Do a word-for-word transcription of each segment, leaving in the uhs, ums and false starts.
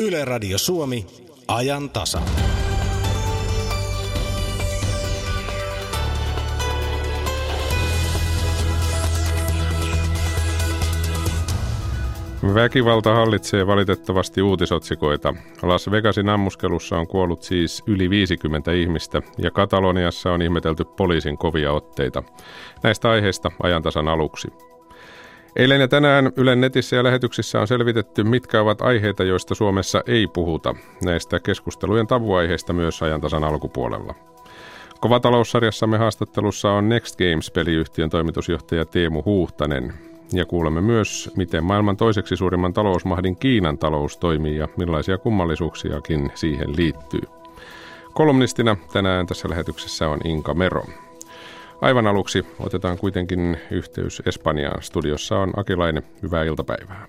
Yle Radio Suomi, ajan tasa. Väkivalta hallitsee valitettavasti uutisotsikoita. Las Vegasin ammuskelussa on kuollut siis yli viisikymmentä ihmistä ja Kataloniassa on ihmetelty poliisin kovia otteita. Näistä aiheista ajantasan aluksi. Eilen ja tänään Ylen netissä ja lähetyksissä on selvitetty, mitkä ovat aiheita, joista Suomessa ei puhuta. Näistä keskustelujen tavuaiheista myös ajantasan alkupuolella. Kovataloussarjassamme haastattelussa on Next Games-peliyhtiön toimitusjohtaja Teemu Huuhtanen. Ja kuulemme myös, miten maailman toiseksi suurimman talousmahdin Kiinan talous toimii ja millaisia kummallisuuksiakin siihen liittyy. Kolumnistina tänään tässä lähetyksessä on Inka Mero. Aivan aluksi otetaan kuitenkin yhteys Espanjaan. Studiossa on Aki Laine. Hyvää iltapäivää.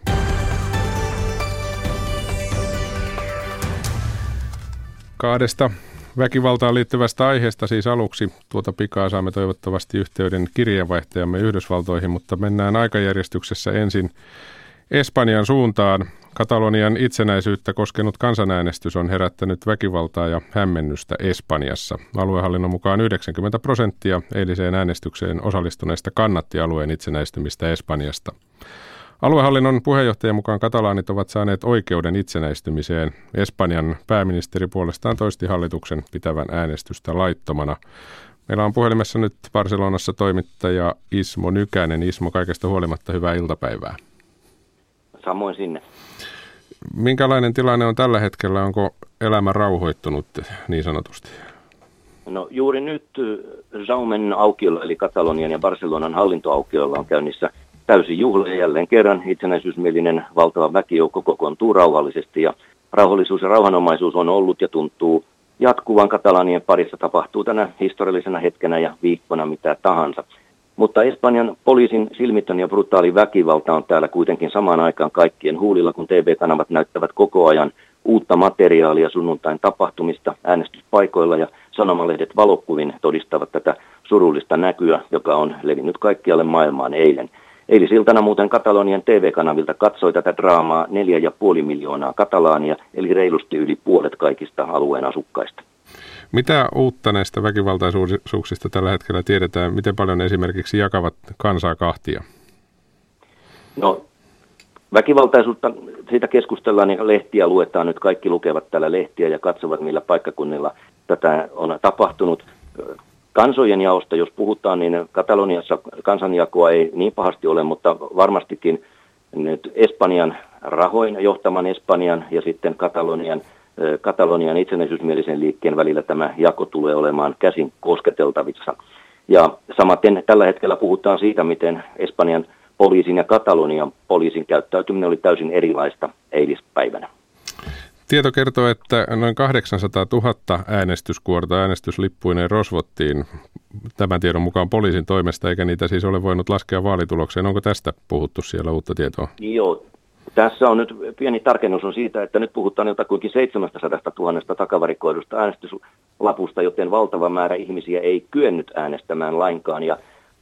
Kahdesta väkivaltaan liittyvästä aiheesta siis aluksi. Tuota pikaa saamme toivottavasti yhteyden kirjeenvaihtajamme Yhdysvaltoihin, mutta mennään aikajärjestyksessä ensin Espanjan suuntaan. Katalonian itsenäisyyttä koskenut kansanäänestys on herättänyt väkivaltaa ja hämmennystä Espanjassa. Aluehallinnon mukaan yhdeksänkymmentä prosenttia eiliseen äänestykseen osallistuneista kannatti alueen itsenäistymistä Espanjasta. Aluehallinnon puheenjohtajan mukaan katalaanit ovat saaneet oikeuden itsenäistymiseen. Espanjan pääministeri puolestaan toisti hallituksen pitävän äänestystä laittomana. Meillä on puhelimessa nyt Barcelonassa toimittaja Ismo Nykänen. Ismo, kaikesta huolimatta hyvää iltapäivää. Samoin sinne. Minkälainen tilanne on tällä hetkellä? Onko elämä rauhoittunut niin sanotusti? No juuri nyt Jaumen aukiolla eli Katalonian ja Barcelonan hallintoaukiolla on käynnissä täysin juhla ja jälleen kerran itsenäisyysmielinen valtava väkijoukko kokoontuu rauhallisesti ja rauhallisuus ja rauhanomaisuus on ollut ja tuntuu jatkuvan. Katalanien parissa tapahtuu tänä historiallisena hetkenä ja viikkona mitä tahansa. Mutta Espanjan poliisin silmitön ja brutaali väkivalta on täällä kuitenkin samaan aikaan kaikkien huulilla, kun T V-kanavat näyttävät koko ajan uutta materiaalia sunnuntain tapahtumista äänestyspaikoilla ja sanomalehdet valokuvin todistavat tätä surullista näkyä, joka on levinnyt kaikkialle maailmaan eilen. Eilisiltana muuten Katalonian T V-kanavilta katsoi tätä draamaa neljä ja puoli miljoonaa katalaania, eli reilusti yli puolet kaikista alueen asukkaista. Mitä uutta näistä väkivaltaisuuksista tällä hetkellä tiedetään? Miten paljon esimerkiksi jakavat kansaa kahtia? No, väkivaltaisuutta, siitä keskustellaan ja lehtiä luetaan. Nyt kaikki lukevat täällä lehtiä ja katsovat, millä paikkakunnilla tätä on tapahtunut. Kansojen jaosta, jos puhutaan, niin Kataloniassa kansanjakoa ei niin pahasti ole, mutta varmastikin nyt Espanjan rahoin johtaman Espanjan ja sitten Katalonian Katalonian itsenäisyysmielisen liikkeen välillä tämä jako tulee olemaan käsin kosketeltavissa. Ja samaten tällä hetkellä puhutaan siitä, miten Espanjan poliisin ja Katalonian poliisin käyttäytyminen oli täysin erilaista eilispäivänä. Tieto kertoo, että noin kahdeksansataatuhatta äänestyskuorta äänestyslippuineen rosvottiin tämän tiedon mukaan poliisin toimesta, eikä niitä siis ole voinut laskea vaalitulokseen. Onko tästä puhuttu siellä uutta tietoa? Joo. Tässä on nyt pieni tarkennus on siitä, että nyt puhutaan jotakuinkin seitsemästäsadastatuhannesta takavarikoidusta äänestyslapusta, joten valtava määrä ihmisiä ei kyennyt äänestämään lainkaan. Ja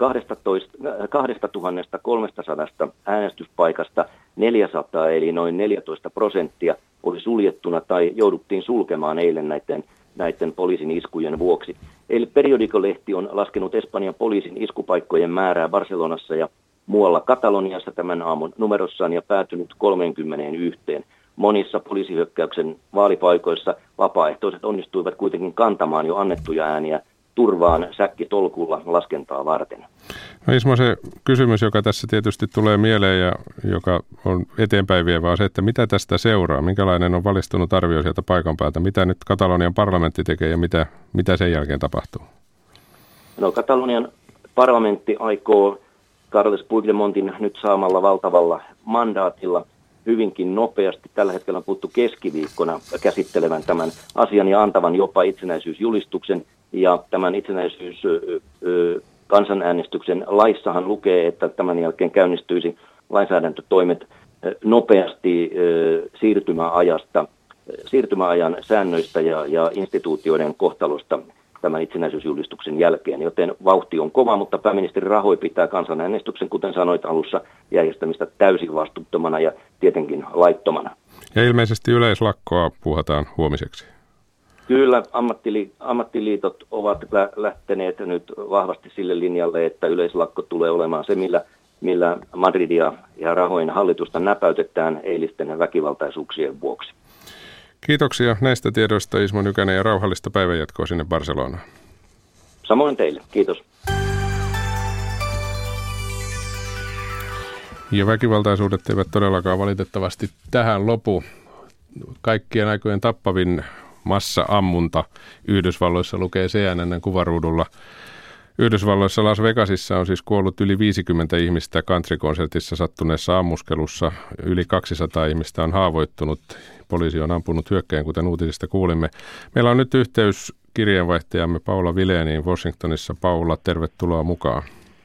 kaksituhattakolmesataa äänestyspaikasta neljäsataa eli noin neljätoista prosenttia oli suljettuna tai jouduttiin sulkemaan eilen näiden, näiden poliisin iskujen vuoksi. Eli Periodico-lehti on laskenut Espanjan poliisin iskupaikkojen määrää Barcelonassa ja muualla Kataloniassa tämän aamun numerossaan ja päätynyt kolmekymmentäyksi. Monissa poliisihyökkäyksen vaalipaikoissa vapaaehtoiset onnistuivat kuitenkin kantamaan jo annettuja ääniä turvaan säkkitolkulla laskentaa varten. No Ismo, se kysymys, joka tässä tietysti tulee mieleen ja joka on eteenpäin vievä, on se, että mitä tästä seuraa? Minkälainen on valistunut arvio sieltä paikan päältä? Mitä nyt Katalonian parlamentti tekee ja mitä, mitä sen jälkeen tapahtuu? No Katalonian parlamentti aikoo Carles Puigdemontin nyt saamalla valtavalla mandaatilla hyvinkin nopeasti, tällä hetkellä on puhuttu keskiviikkona käsittelevän tämän asian ja antavan jopa itsenäisyysjulistuksen. Ja tämän itsenäisyys kansanäänestyksen laissahan lukee, että tämän jälkeen käynnistyisi lainsäädäntötoimet nopeasti siirtymäajasta, siirtymäajan säännöistä ja, ja instituutioiden kohtalosta tämän itsenäisyysjulistuksen jälkeen, joten vauhti on kova, mutta pääministeri Rajoy pitää kansanäänestyksen, kuten sanoit alussa, järjestämistä täysin vastuuttomana ja tietenkin laittomana. Ja ilmeisesti yleislakkoa puhutaan huomiseksi. Kyllä, ammattili- ammattiliitot ovat lä- lähteneet nyt vahvasti sille linjalle, että yleislakko tulee olemaan se, millä, millä Madridia ja Rajoyn hallitusta näpäytetään eilisten väkivaltaisuuksien vuoksi. Kiitoksia näistä tiedoista, Ismo Nykänen, ja rauhallista päivänjatkoa sinne Barcelonaan. Samoin teille. Kiitos. Ja väkivaltaisuudet eivät todellakaan valitettavasti tähän lopu. Kaikkien aikojen tappavin massa-ammunta Yhdysvalloissa lukee C N N:n kuvaruudulla. Yhdysvalloissa Las Vegasissa on siis kuollut yli viisikymmentä ihmistä country-konsertissa sattuneessa ammuskelussa. Yli kaksisataa ihmistä on haavoittunut. Poliisi on ampunut hyökkäin, kuten uutisista kuulimme. Meillä on nyt yhteys kirjeenvaihtajamme Paula Viléniin Washingtonissa. Paula, tervetuloa mukaan.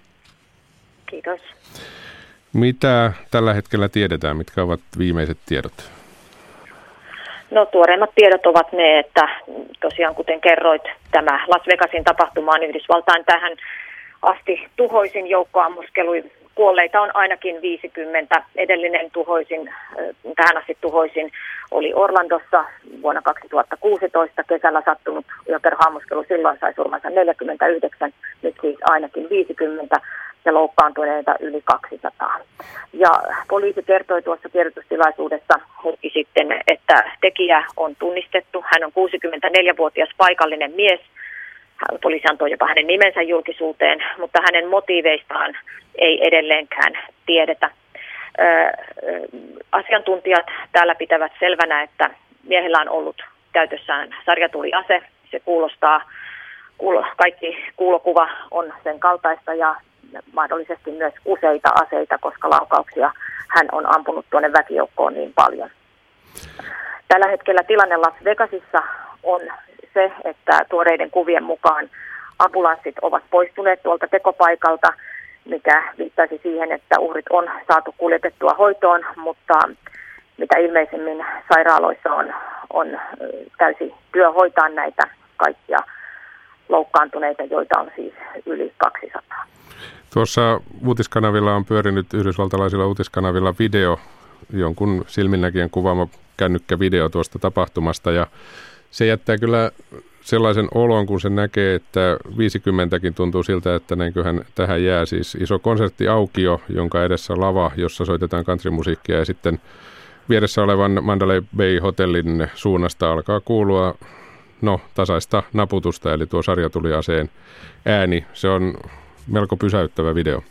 Kiitos. Mitä tällä hetkellä tiedetään? Mitkä ovat viimeiset tiedot? No tuoreimmat tiedot ovat ne, että tosiaan kuten kerroit, tämä Las Vegasin tapahtuma on Yhdysvaltain tähän asti tuhoisin joukkoammuskelu. Kuolleita on ainakin viisikymmentä. Edellinen tuhoisin, tähän asti tuhoisin oli Orlandossa vuonna kaksituhattakuusitoista. Kesällä sattunut joukkoammuskelu, silloin sai surmansa neljäkymmentäyhdeksän, nyt siis ainakin viisikymmentä ja loukkaantuneita yli kaksisataa. Ja poliisi kertoi tuossa tiedotustilaisuudessa hetki sitten, että tekijä on tunnistettu. Hän on kuusikymmentäneljävuotias paikallinen mies. Poliisi antoi jopa hänen nimensä julkisuuteen, mutta hänen motiiveistaan ei edelleenkään tiedetä. Ö, asiantuntijat täällä pitävät selvänä, että miehellä on ollut käytössään sarjatuliase. Se kuulostaa, kuulo, kaikki kuulokuva on sen kaltaista ja mahdollisesti myös useita aseita, koska laukauksia hän on ampunut tuonne väkijoukkoon niin paljon. Tällä hetkellä tilanne Las Vegasissa on se, että tuoreiden kuvien mukaan ambulanssit ovat poistuneet tuolta tekopaikalta, mikä viittaisi siihen, että uhrit on saatu kuljetettua hoitoon, mutta mitä ilmeisemmin sairaaloissa on, on täysi työ hoitaa näitä kaikkia loukkaantuneita, joita on siis yli kaksisataa. Tuossa uutiskanavilla on pyörinyt yhdysvaltalaisilla uutiskanavilla video, jonkun silminnäkijän kuvaama kännykkävideo tuosta tapahtumasta, ja se jättää kyllä sellaisen olon, kun se näkee, että viisikymmentäkin tuntuu siltä, että näinköhän tähän jää. Siis iso konserttiaukio, jonka edessä lava, jossa soitetaan countrymusiikkia, ja sitten vieressä olevan Mandalay Bay-hotellin suunnasta alkaa kuulua no, tasaista naputusta, eli tuo sarjatuliaseen ääni. Se on melko pysäyttävä video.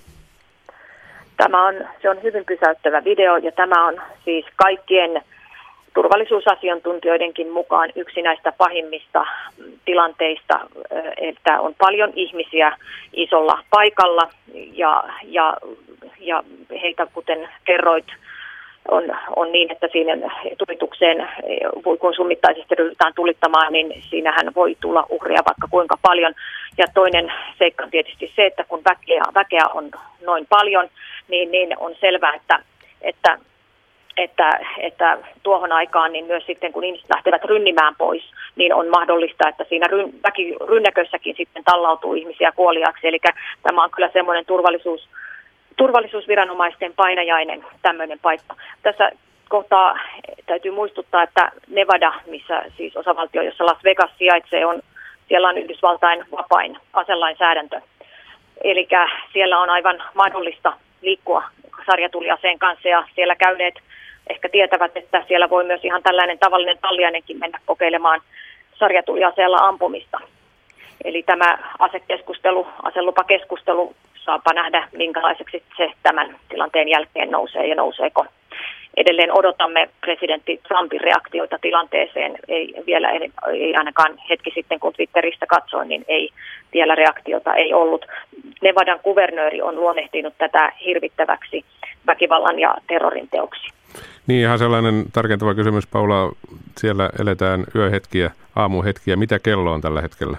Tämä on, se on hyvin pysäyttävä video, ja tämä on siis kaikkien turvallisuusasiantuntijoidenkin mukaan yksi näistä pahimmista tilanteista, että on paljon ihmisiä isolla paikalla ja, ja, ja heitä, kuten kerroit, on, on niin, että siinä tulitukseen, kun summittaisesti ryhdytään tulittamaan, niin siinähän voi tulla uhria vaikka kuinka paljon. Ja toinen seikka on tietysti se, että kun väkeä, väkeä on noin paljon, niin, niin on selvää, että, että Että, että tuohon aikaan niin myös sitten kun ihmiset lähtevät rynnimään pois, niin on mahdollista, että siinä ryn, väki, rynnäkössäkin sitten tallautuu ihmisiä kuoliaaksi. Eli tämä on kyllä semmoinen turvallisuus, turvallisuusviranomaisten painajainen tämmöinen paikka. Tässä kohtaa täytyy muistuttaa, että Nevada, missä siis osavaltio, jossa Las Vegas sijaitsee, on, siellä on Yhdysvaltain vapain aselainsäädäntö. Eli siellä on aivan mahdollista liikkua sarjatuliaseen kanssa ja siellä käyneet ehkä tietävät, että siellä voi myös ihan tällainen tavallinen talliainenkin mennä kokeilemaan sarjatuliaseella ampumista. Eli tämä asekeskustelu, aselupakeskustelu, saapa nähdä minkälaiseksi se tämän tilanteen jälkeen nousee ja nouseeko. Edelleen odotamme presidentti Trumpin reaktioita tilanteeseen. Ei vielä ei ainakaan hetki sitten, kun Twitteristä katsoin, niin ei vielä reaktiota ei ollut. Nevadan kuvernööri on luonnehtinut tätä hirvittäväksi väkivallan ja terrorin teoksi. Niin, ihan sellainen tarkentava kysymys, Paula. Siellä eletään yöhetkiä, aamuhetkiä. Mitä kello on tällä hetkellä?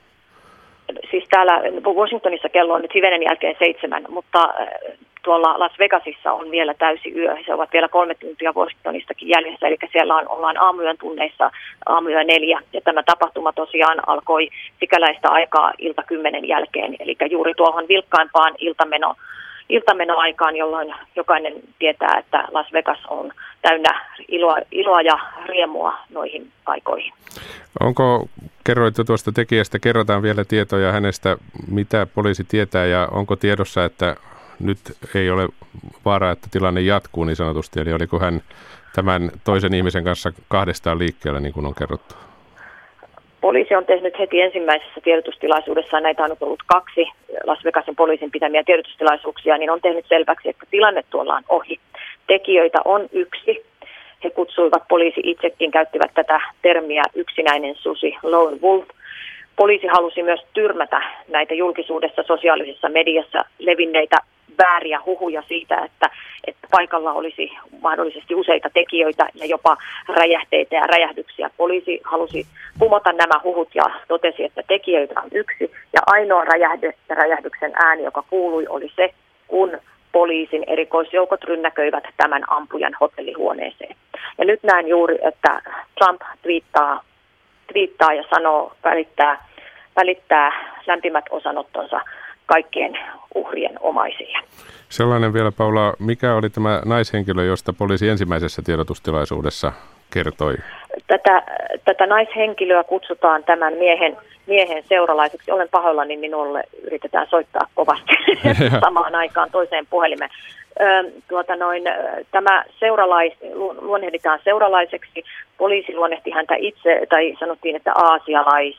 Siis täällä Washingtonissa kello on nyt hivenen jälkeen seitsemän, mutta tuolla Las Vegasissa on vielä täysi yö. Se ovat vielä kolme tuntia Washingtonistakin jäljessä, eli siellä on, ollaan aamuyön tunneissa aamuyö neljä. Ja tämä tapahtuma tosiaan alkoi sikäläistä aikaa ilta kymmenen jälkeen, eli juuri tuohon vilkkaimpaan iltameno iltamenoaikaan, jolloin jokainen tietää, että Las Vegas on täynnä iloa, iloa ja riemua noihin aikoihin. Onko, kerroitte tuosta tekijästä, kerrotaan vielä tietoja hänestä, mitä poliisi tietää ja onko tiedossa, että nyt ei ole vaara, että tilanne jatkuu niin sanotusti, eli oliko hän tämän toisen ihmisen kanssa kahdestaan liikkeellä, niin kuin on kerrottu? Poliisi on tehnyt heti ensimmäisessä tiedotustilaisuudessa, näitä on ollut kaksi Las Vegasin poliisin pitämiä tiedotustilaisuuksia, niin on tehnyt selväksi, että tilanne tuolla on ohi. Tekijöitä on yksi. He kutsuivat, poliisi itsekin käyttivät tätä termiä yksinäinen susi, lone wolf. Poliisi halusi myös tyrmätä näitä julkisuudessa sosiaalisessa mediassa levinneitä vääriä huhuja siitä, että, että paikalla olisi mahdollisesti useita tekijöitä ja jopa räjähteitä ja räjähdyksiä. Poliisi halusi kumota nämä huhut ja totesi, että tekijöitä on yksi. Ja ainoa räjähdys, räjähdyksen ääni, joka kuului, oli se, kun poliisin erikoisjoukot rynnäköivät tämän ampujan hotellihuoneeseen. Ja nyt näen juuri, että Trump twiittaa, twiittaa ja sanoo, välittää, välittää lämpimät osanottonsa kaikkien uhrien omaisille. Sellainen vielä, Paula, mikä oli tämä naishenkilö, josta poliisi ensimmäisessä tiedotustilaisuudessa kertoi? Tätä, tätä naishenkilöä kutsutaan tämän miehen, miehen seuralaiseksi. Olen pahoillani, minulle yritetään soittaa kovasti samaan aikaan toiseen puhelimeen. Ö, tuota noin, tämä seuralais, luonnehditaan seuralaiseksi. Poliisi luonnehti häntä itse, tai sanottiin, että aasialais.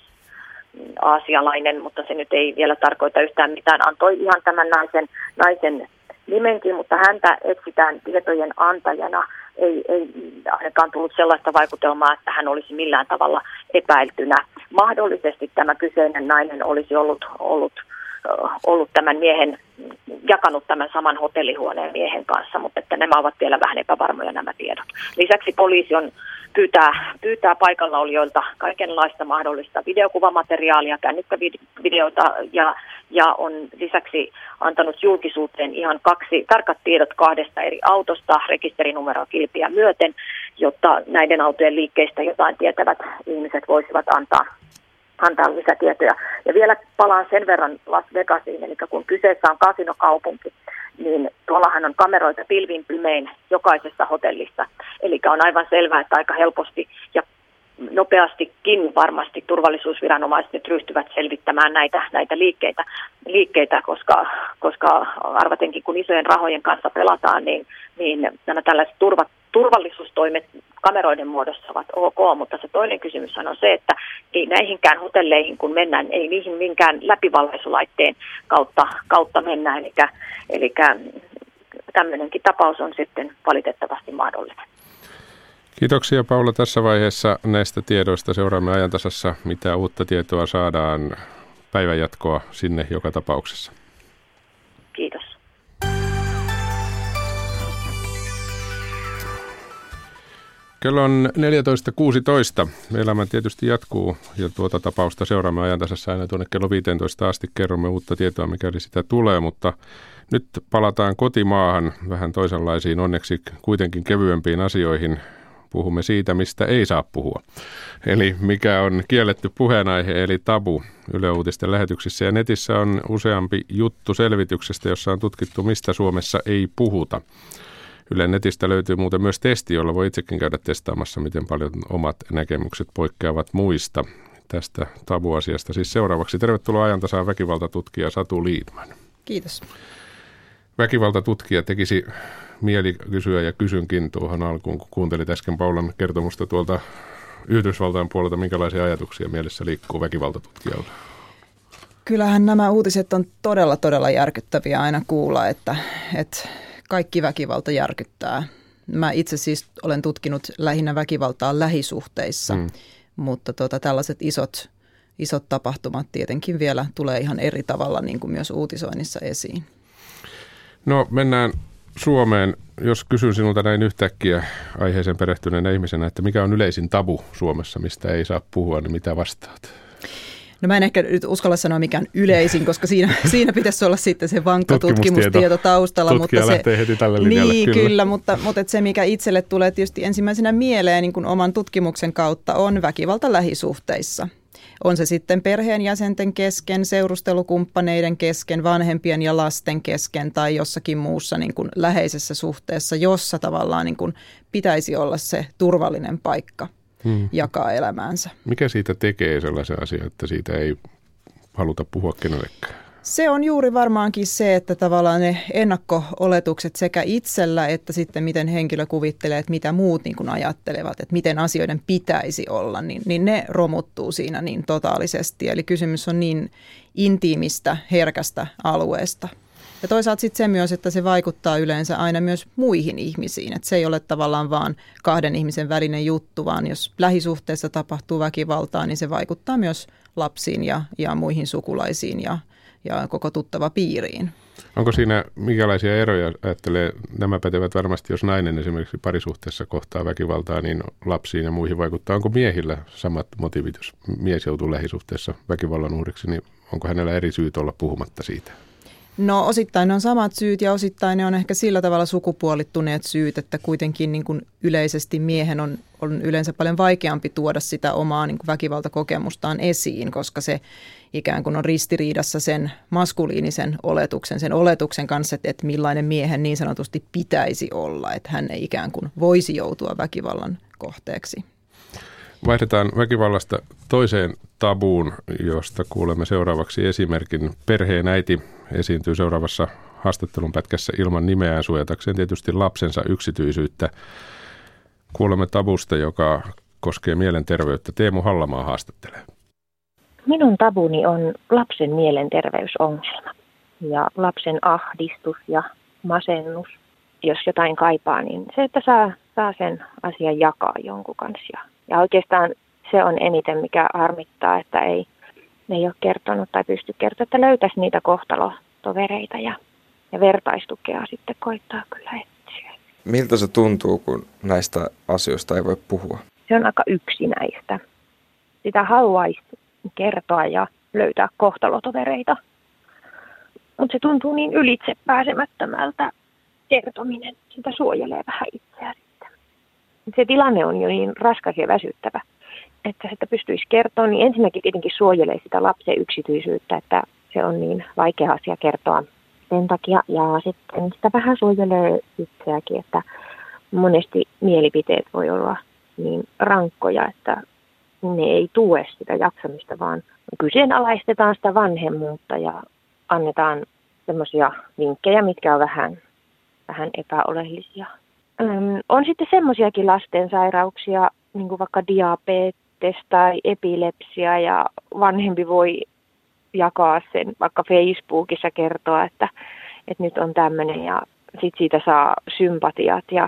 aasialainen, mutta se nyt ei vielä tarkoita yhtään mitään. Antoi ihan tämän naisen, naisen nimenkin, mutta häntä etsitään tietojen antajana. Ei, ei ainakaan tullut sellaista vaikutelmaa, että hän olisi millään tavalla epäiltynä. Mahdollisesti tämä kyseinen nainen olisi ollut, ollut, ollut tämän miehen, jakanut tämän saman hotellihuoneen miehen kanssa, mutta että nämä ovat vielä vähän epävarmoja nämä tiedot. Lisäksi poliisi on Pyytää, pyytää paikallaolijoilta kaikenlaista mahdollista videokuvamateriaalia, kännykkävideoita ja, ja on lisäksi antanut julkisuuteen ihan kaksi tarkat tiedot kahdesta eri autosta rekisterinumerokilpiä myöten, jotta näiden autojen liikkeistä jotain tietävät ihmiset voisivat antaa, antaa lisätietoja. Ja vielä palaan sen verran Las Vegasiin, eli kun kyseessä on kasinokaupunki, niin tuollahan on kameroita pilvin pimein jokaisessa hotellissa. Eli on aivan selvää, että aika helposti ja nopeastikin varmasti turvallisuusviranomaiset nyt ryhtyvät selvittämään näitä, näitä liikkeitä, liikkeitä koska, koska arvatenkin kun isojen rahojen kanssa pelataan, niin, niin nämä tällaiset turvat, turvallisuustoimet kameroiden muodossa ovat ok, mutta se toinen kysymys on se, että ei näihinkään hotelleihin kun mennään, ei niihin minkään läpivalaisulaitteen kautta, kautta mennä, eli, eli tämmöinenkin tapaus on sitten valitettavasti mahdollinen. Kiitoksia Paula tässä vaiheessa näistä tiedoista. Seuraamme ajantasassa, mitä uutta tietoa saadaan, päivänjatkoa sinne joka tapauksessa. Kiitos. Kello on neljätoista kuusitoista. Elämä tietysti jatkuu ja tuota tapausta seuraamme ajantasassa aina tuonne kello viisitoista asti. Kerromme uutta tietoa, mikäli sitä tulee, mutta nyt palataan kotimaahan vähän toisenlaisiin, onneksi kuitenkin kevyempiin asioihin. Puhumme siitä, mistä ei saa puhua. Eli mikä on kielletty puheenaihe, eli tabu Yle Uutisten lähetyksissä. Ja netissä on useampi juttu selvityksestä, jossa on tutkittu, mistä Suomessa ei puhuta. Ylen netistä löytyy muuten myös testi, jolla voi itsekin käydä testaamassa, miten paljon omat näkemykset poikkeavat muista. Tästä tabuasiasta siis seuraavaksi. Tervetuloa ajantasaan väkivaltatutkija Satu Liedman. Kiitos. Väkivaltatutkija tekisi mieli kysyä ja kysynkin tuohon alkuun, kun kuuntelit äsken Paulan kertomusta tuolta Yhdysvaltain puolelta. Minkälaisia ajatuksia mielessä liikkuu väkivaltatutkijalla? Kyllähän nämä uutiset on todella, todella järkyttäviä aina kuulla, että, että kaikki väkivalta järkyttää. Mä itse siis olen tutkinut lähinnä väkivaltaa lähisuhteissa, mm. mutta tota, tällaiset isot, isot tapahtumat tietenkin vielä tulee ihan eri tavalla niin kuin myös uutisoinnissa esiin. No mennään Suomeen. Jos kysyn sinulta näin yhtäkkiä aiheeseen perehtyneenä ihmisenä, että mikä on yleisin tabu Suomessa, mistä ei saa puhua, niin mitä vastaat? No mä en ehkä nyt uskalla sanoa mikään yleisin, koska siinä, siinä pitäisi olla sitten se vankka tutkimustieto taustalla. Tutkija mutta lähtee se, heti tälle linjalle. Niin, kyllä, kyllä mutta, mutta se mikä itselle tulee tietysti ensimmäisenä mieleen niin kuin oman tutkimuksen kautta on väkivalta lähisuhteissa. On se sitten perheenjäsenten kesken, seurustelukumppaneiden kesken, vanhempien ja lasten kesken tai jossakin muussa niin kuin läheisessä suhteessa, jossa tavallaan niin kuin pitäisi olla se turvallinen paikka hmm. jakaa elämäänsä. Mikä siitä tekee sellaisen asian, että siitä ei haluta puhua kenellekään? Se on juuri varmaankin se, että tavallaan ne ennakko-oletukset sekä itsellä että sitten miten henkilö kuvittelee, että mitä muut niin kuin ajattelevat, että miten asioiden pitäisi olla, niin, niin ne romuttuu siinä niin totaalisesti. Eli kysymys on niin intiimistä, herkästä alueesta. Ja toisaalta sitten se myös, että se vaikuttaa yleensä aina myös muihin ihmisiin. Että se ei ole tavallaan vaan kahden ihmisen välinen juttu, vaan jos lähisuhteessa tapahtuu väkivaltaa, niin se vaikuttaa myös lapsiin ja, ja muihin sukulaisiin ja ja koko tuttava piiriin. Onko siinä minkälaisia eroja, ajattelee, nämä pätevät varmasti, jos nainen esimerkiksi parisuhteessa kohtaa väkivaltaa, niin lapsiin ja muihin vaikuttaa. Onko miehillä samat motiivit, jos mies joutuu lähisuhteessa väkivallan uhriksi, niin onko hänellä eri syyt olla puhumatta siitä? No osittain ne on samat syyt ja osittain ne on ehkä sillä tavalla sukupuolittuneet syyt, että kuitenkin niin kuin yleisesti miehen on, on yleensä paljon vaikeampi tuoda sitä omaa niin kuin väkivaltakokemustaan esiin, koska se ikään kuin on ristiriidassa sen maskuliinisen oletuksen, sen oletuksen kanssa, että, että millainen miehen niin sanotusti pitäisi olla, että hän ei ikään kuin voisi joutua väkivallan kohteeksi. Vaihdetaan väkivallasta toiseen tabuun, josta kuulemme seuraavaksi esimerkin. Perheen äiti esiintyy seuraavassa haastattelun pätkässä ilman nimeään suojatakseen tietysti lapsensa yksityisyyttä. Kuulemme tabusta, joka koskee mielenterveyttä. Teemu Hallamaa haastattelee. Minun tabuni on lapsen mielenterveysongelma ja lapsen ahdistus ja masennus. Jos jotain kaipaa, niin se, että saa, saa sen asian jakaa jonkun kanssa. Ja, ja oikeastaan se on eniten, mikä harmittaa, että ei, ei ole kertonut tai pysty kertomaan, että löytäisi niitä kohtalotovereita ja, ja vertaistukea sitten koittaa kyllä etsiä. Miltä se tuntuu, kun näistä asioista ei voi puhua? Se on aika yksinäistä. Sitä haluaisi kertoa ja löytää kohtalotovereita, mutta se tuntuu niin ylitsepääsemättömältä kertominen. Sitä suojelee vähän itseään sitten. Se tilanne on jo niin raskas ja väsyttävä, että sitä pystyisi kertoa, niin ensinnäkin tietenkin suojelee sitä lapsen yksityisyyttä, että se on niin vaikea asia kertoa sen takia. Ja sitten sitä vähän suojelee itseäkin, että monesti mielipiteet voi olla niin rankkoja, että ne ei tue sitä jaksamista, vaan kyseenalaistetaan sitä vanhemmuutta ja annetaan semmoisia vinkkejä, mitkä on vähän, vähän epäolellisia. Öm, on sitten semmoisiakin lastensairauksia, niin kuin vaikka diabetes tai epilepsia, ja vanhempi voi jakaa sen vaikka Facebookissa, kertoa, että, että nyt on tämmöinen, ja sitten siitä saa sympatiat ja,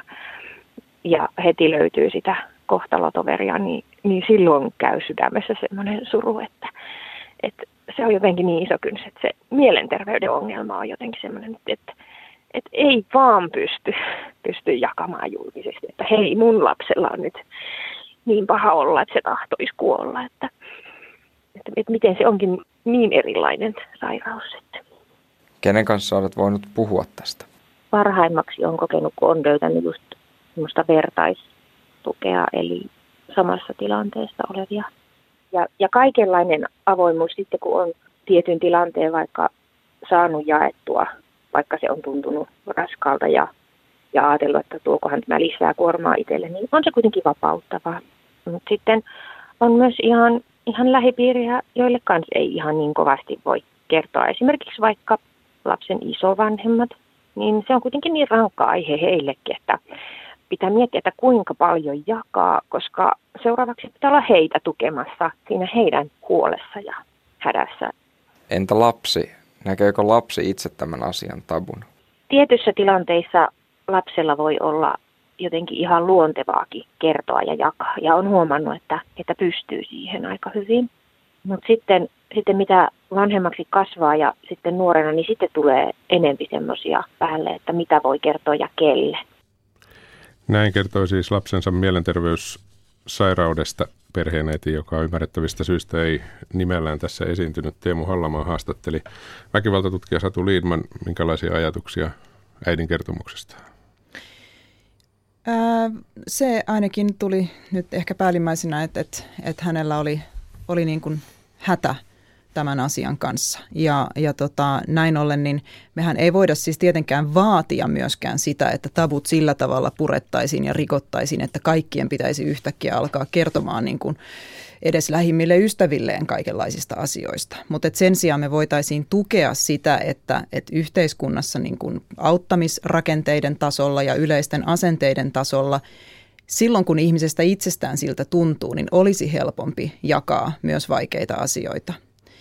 ja heti löytyy sitä kohtalotoveria, niin, niin silloin käy sydämessä semmoinen suru, että, että se on jotenkin niin iso kynnys, että se mielenterveyden ongelma on jotenkin semmoinen, että, että ei vaan pysty, pysty jakamaan julkisesti, että hei, mun lapsella on nyt niin paha olla, että se tahtoisi kuolla, että, että, että miten se onkin niin erilainen sairaus sitten. Kenen kanssa olet voinut puhua tästä? Parhaimmaksi on kokenut, kun on löytänyt just semmoista vertaistukea, eli samassa tilanteessa olevia. Ja, ja kaikenlainen avoimuus sitten, kun on tietyn tilanteen vaikka saanut jaettua, vaikka se on tuntunut raskaalta ja, ja ajatellut, että tuokohan tämä lisää kuormaa itselle, niin on se kuitenkin vapauttavaa. Mutta sitten on myös ihan, ihan lähipiiriä, joille kans ei ihan niin kovasti voi kertoa. Esimerkiksi vaikka lapsen isovanhemmat, niin se on kuitenkin niin rankka aihe heillekin, että pitää miettiä, että kuinka paljon jakaa, koska seuraavaksi pitää olla heitä tukemassa siinä heidän huolessa ja hädässä. Entä lapsi? Näkeekö lapsi itse tämän asian tabun? Tietyissä tilanteissa lapsella voi olla jotenkin ihan luontevaakin kertoa ja jakaa. Ja on huomannut, että, että pystyy siihen aika hyvin. Mutta sitten, sitten mitä vanhemmaksi kasvaa ja sitten nuorena, niin sitten tulee enempi semmoisia päälle, että mitä voi kertoa ja kelle. Näin kertoi siis lapsensa mielenterveyssairaudesta perheenäiti, joka ymmärrettävistä syistä ei nimellään tässä esiintynyt. Teemu Hallamaa haastatteli. Väkivaltatutkija Satu Liedman, minkälaisia ajatuksia äidin kertomuksesta? Ää, se ainakin tuli nyt ehkä päällimmäisenä, että, että, että hänellä oli, oli niin kuin hätä tämän asian kanssa. Ja, ja tota, näin ollen, niin mehän ei voida siis tietenkään vaatia myöskään sitä, että tabut sillä tavalla purettaisiin ja rikottaisiin, että kaikkien pitäisi yhtäkkiä alkaa kertomaan niin kuin edes lähimmille ystävilleen kaikenlaisista asioista. Mutta sen sijaan me voitaisiin tukea sitä, että et yhteiskunnassa niin kuin auttamisrakenteiden tasolla ja yleisten asenteiden tasolla silloin, kun ihmisestä itsestään siltä tuntuu, niin olisi helpompi jakaa myös vaikeita asioita.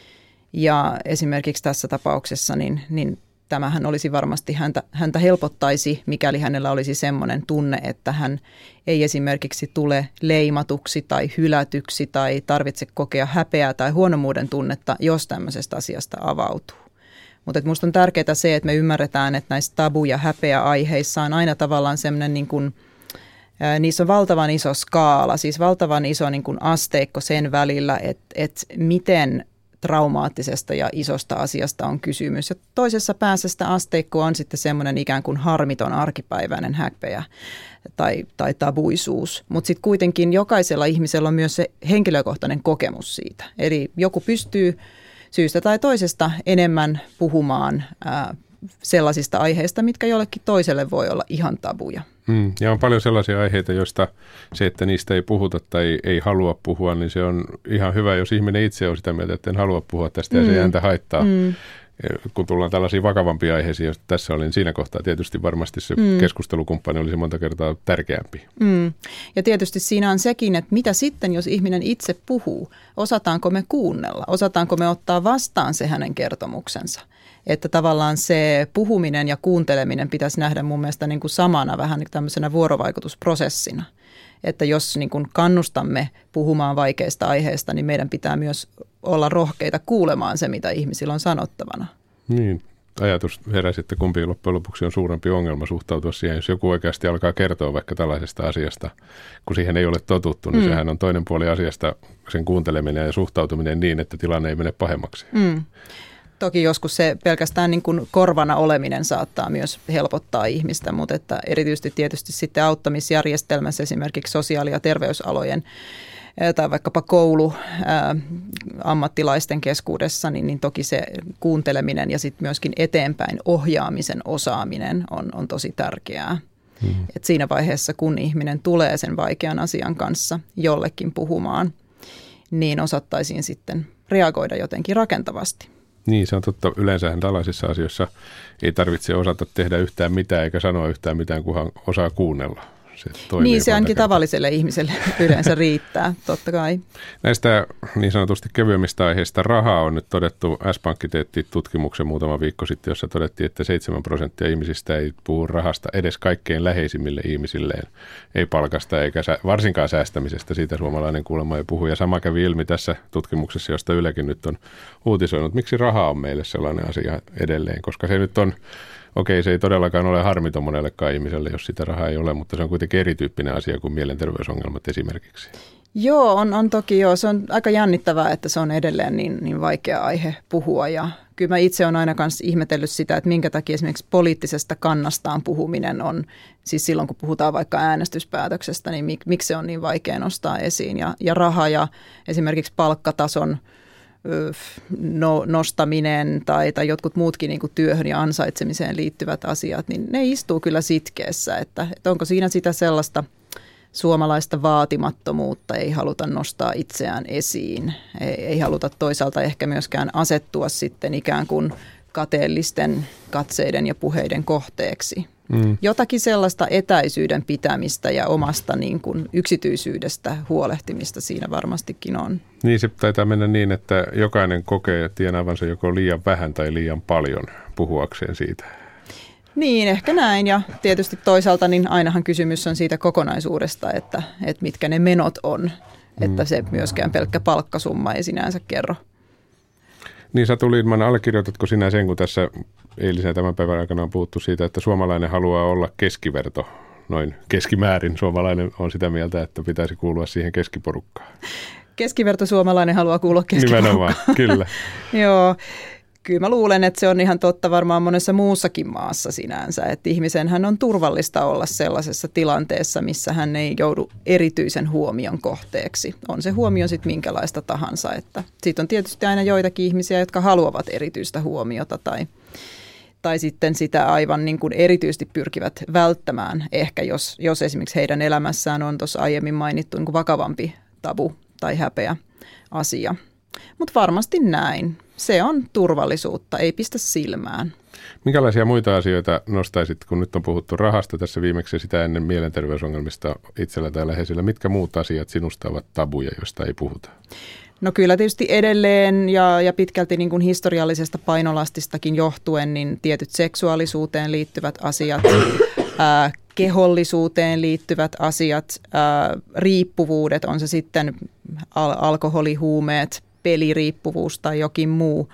Ja esimerkiksi tässä tapauksessa, niin, niin tämähän olisi varmasti häntä, häntä helpottaisi, mikäli hänellä olisi semmoinen tunne, että hän ei esimerkiksi tule leimatuksi tai hylätyksi tai tarvitse kokea häpeää tai huonomuuden tunnetta, jos tämmöisestä asiasta avautuu. Mutta minusta on tärkeää se, että me ymmärretään, että näissä tabu- ja häpeäaiheissa on aina tavallaan semmoinen niin kuin, niissä on valtavan iso skaala, siis valtavan iso niin kuin asteikko sen välillä, että, että miten traumaattisesta ja isosta asiasta on kysymys. Ja toisessa päässä sitä asteikkoa on sitten semmoinen ikään kuin harmiton arkipäiväinen häpeä tai, tai tabuisuus. Mutta sitten kuitenkin jokaisella ihmisellä on myös se henkilökohtainen kokemus siitä. Eli joku pystyy syystä tai toisesta enemmän puhumaan ää, sellaisista aiheista, mitkä jollekin toiselle voi olla ihan tabuja. Mm, ja on paljon sellaisia aiheita, joista se, että niistä ei puhuta tai ei halua puhua, niin se on ihan hyvä, jos ihminen itse on sitä mieltä, että en halua puhua tästä ja mm. se ei häntä haittaa. Mm. Kun tullaan tällaisiin vakavampia aiheisiin, joista tässä oli, niin siinä kohtaa tietysti varmasti se mm. keskustelukumppani olisi monta kertaa tärkeämpi. Mm. Ja tietysti siinä on sekin, että mitä sitten, jos ihminen itse puhuu, osataanko me kuunnella, osataanko me ottaa vastaan se hänen kertomuksensa. Että tavallaan se puhuminen ja kuunteleminen pitäisi nähdä mun mielestä niin kuin samana vähän tämmöisenä vuorovaikutusprosessina. Että jos niin kuin kannustamme puhumaan vaikeista aiheista, niin meidän pitää myös olla rohkeita kuulemaan se, mitä ihmisillä on sanottavana. Niin, ajatus heräsi, että kumpi loppujen lopuksi on suurempi ongelma suhtautua siihen, jos joku oikeasti alkaa kertoa vaikka tällaisesta asiasta, kun siihen ei ole totuttu, niin mm. sehän on toinen puoli asiasta, sen kuunteleminen ja suhtautuminen niin, että tilanne ei mene pahemmaksi. Mm. Toki joskus se pelkästään niin kuin korvana oleminen saattaa myös helpottaa ihmistä, mutta että erityisesti tietysti sitten auttamisjärjestelmässä esimerkiksi sosiaali- ja terveysalojen tai vaikkapa koulu ää, ammattilaisten keskuudessa, niin, niin toki se kuunteleminen ja sitten myöskin eteenpäin ohjaamisen osaaminen on, on tosi tärkeää. Hmm. Et siinä vaiheessa, kun ihminen tulee sen vaikean asian kanssa jollekin puhumaan, niin osattaisiin sitten reagoida jotenkin rakentavasti. Niin, se on totta. Yleensähän tällaisissa asioissa ei tarvitse osata tehdä yhtään mitään eikä sanoa yhtään mitään, kunhan osaa kuunnella. Se niin, se ainakin tavalliselle ihmiselle yleensä riittää, totta kai. Näistä niin sanotusti kevyemmistä aiheista rahaa on nyt todettu. S-Pankki teetti tutkimuksen muutama viikko sitten, jossa todettiin, että seitsemän prosenttia ihmisistä ei puhu rahasta edes kaikkein läheisimmille ihmisilleen. Ei palkasta eikä varsinkaan säästämisestä, siitä suomalainen kuulemma ei puhu. Ja sama kävi ilmi tässä tutkimuksessa, josta Ylekin nyt on uutisoinut. Miksi raha on meille sellainen asia edelleen, koska se nyt on... Okei, se ei todellakaan ole harmiton monellekaan ihmiselle, jos sitä rahaa ei ole, mutta se on kuitenkin erityyppinen asia kuin mielenterveysongelmat esimerkiksi. Joo, on, on toki joo. Se on aika jännittävää, että se on edelleen niin, niin vaikea aihe puhua. Ja kyllä mä itse olen aina kanssa ihmetellyt sitä, että minkä takia esimerkiksi poliittisesta kannastaan puhuminen on, siis silloin kun puhutaan vaikka äänestyspäätöksestä, niin mik, miksi se on niin vaikea nostaa esiin. Ja, ja raha ja esimerkiksi palkkatason No, nostaminen tai, tai jotkut muutkin niin kuin työhön ja ansaitsemiseen liittyvät asiat, niin ne istuu kyllä sitkeessä, että, että onko siinä sitä sellaista suomalaista vaatimattomuutta, ei haluta nostaa itseään esiin, ei, ei haluta toisaalta ehkä myöskään asettua sitten ikään kuin kateellisten katseiden ja puheiden kohteeksi. Mm. Jotakin sellaista etäisyyden pitämistä ja omasta niin kuin yksityisyydestä huolehtimista siinä varmastikin on. Niin, se taitaa mennä niin, että jokainen kokee tienaavansa joko liian vähän tai liian paljon puhuakseen siitä. Niin, ehkä näin. Ja tietysti toisaalta niin ainahan kysymys on siitä kokonaisuudesta, että, että mitkä ne menot on. Mm. Että se myöskään pelkkä palkkasumma ei sinänsä kerro. Niin, Satu Lidman, allekirjoitatko sinä sen, kun tässä eilisen tämän päivän aikana on puhuttu siitä, että suomalainen haluaa olla keskiverto, noin keskimäärin suomalainen on sitä mieltä, että pitäisi kuulua siihen keskiporukkaan? Keskiverto suomalainen haluaa kuulua keskiporukkaan. Nimenomaan, kyllä. Joo, Kyllä mä luulen, että se on ihan totta varmaan monessa muussakin maassa sinänsä, että ihmisenhän on turvallista olla sellaisessa tilanteessa, missä hän ei joudu erityisen huomion kohteeksi. On se huomio sitten minkälaista tahansa, että siitä on tietysti aina joitakin ihmisiä, jotka haluavat erityistä huomiota tai, tai sitten sitä aivan niin kuin erityisesti pyrkivät välttämään, ehkä jos, jos esimerkiksi heidän elämässään on tuossa aiemmin mainittu niin kuin vakavampi tabu tai häpeä asia. Mutta varmasti näin. Se on turvallisuutta, ei pistä silmään. Minkälaisia muita asioita nostaisit, kun nyt on puhuttu rahasta tässä viimeksi sitä ennen mielenterveysongelmista itsellä tai läheisillä? Mitkä muut asiat sinusta ovat tabuja, joista ei puhuta? No kyllä tietysti edelleen ja, ja pitkälti niin kuin historiallisesta painolastistakin johtuen, niin tietyt seksuaalisuuteen liittyvät asiat, ää, kehollisuuteen liittyvät asiat, ää, riippuvuudet, on se sitten al- alkoholi, huumeet, peliriippuvuus tai jokin muu.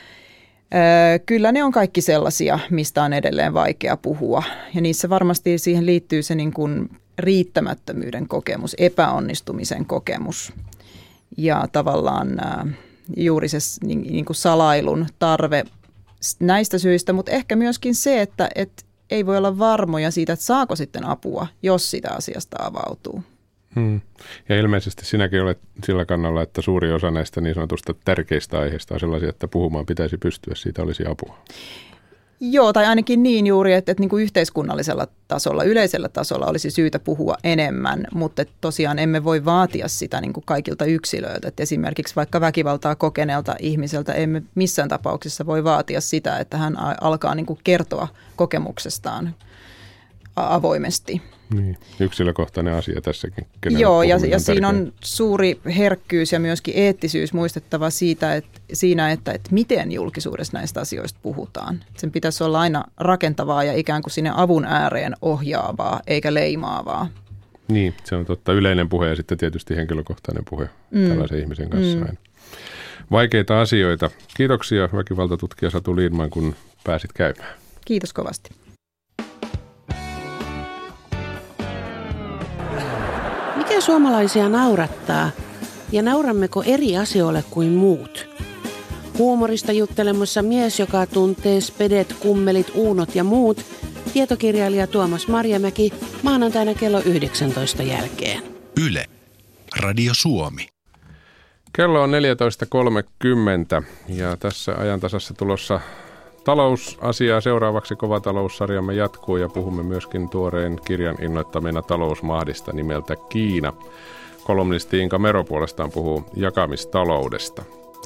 Öö, kyllä ne on kaikki sellaisia, mistä on edelleen vaikea puhua. Ja niissä varmasti siihen liittyy se niin kuin riittämättömyyden kokemus, epäonnistumisen kokemus ja tavallaan ää, juuri se niin, niin kuin salailun tarve näistä syistä, mutta ehkä myöskin se, että et ei voi olla varmoja siitä, että saako sitten apua, jos sitä asiasta avautuu. Hmm. Ja ilmeisesti sinäkin olet sillä kannalla, että suuri osa näistä niin sanotusta tärkeistä aiheista on sellaisia, että puhumaan pitäisi pystyä, siitä olisi apua. Joo, tai ainakin niin juuri, että, että niin kuin yhteiskunnallisella tasolla, yleisellä tasolla olisi syytä puhua enemmän, mutta tosiaan emme voi vaatia sitä niin kuin kaikilta yksilöiltä. Että esimerkiksi vaikka väkivaltaa kokeneelta ihmiseltä emme missään tapauksessa voi vaatia sitä, että hän alkaa niin kuin kertoa kokemuksestaan avoimesti. Niin, yksilökohtainen asia tässäkin. Joo, ja, ja siinä on suuri herkkyys ja myöskin eettisyys muistettava siitä, että, siinä, että, että miten julkisuudessa näistä asioista puhutaan. Sen pitäisi olla aina rakentavaa ja ikään kuin sinne avun ääreen ohjaavaa, eikä leimaavaa. Niin, se on totta. Yleinen puhe ja sitten tietysti henkilökohtainen puhe mm. tällaisen ihmisen kanssa mm. aina. Vaikeita asioita. Kiitoksia väkivaltatutkija Satu Liedman, kun pääsit käymään. Kiitos kovasti. Mikä suomalaisia naurattaa ja naurammeko eri asioille kuin muut? Huumorista juttelemassa mies, joka tuntee spedet, kummelit, uunot ja muut. Tietokirjailija Tuomas Marjamäki maanantaina kello yhdeksäntoista jälkeen. Yle, Radio Suomi. Kello on neljätoista kolmekymmentä ja tässä ajantasassa tulossa talousasiaa. Seuraavaksi Kova taloussarjamme jatkuu ja puhumme myöskin tuoreen kirjan innoittamina talousmahdista nimeltä Kiina. Kolumnisti Inka Mero puolestaan puhuu jakamistaloudesta.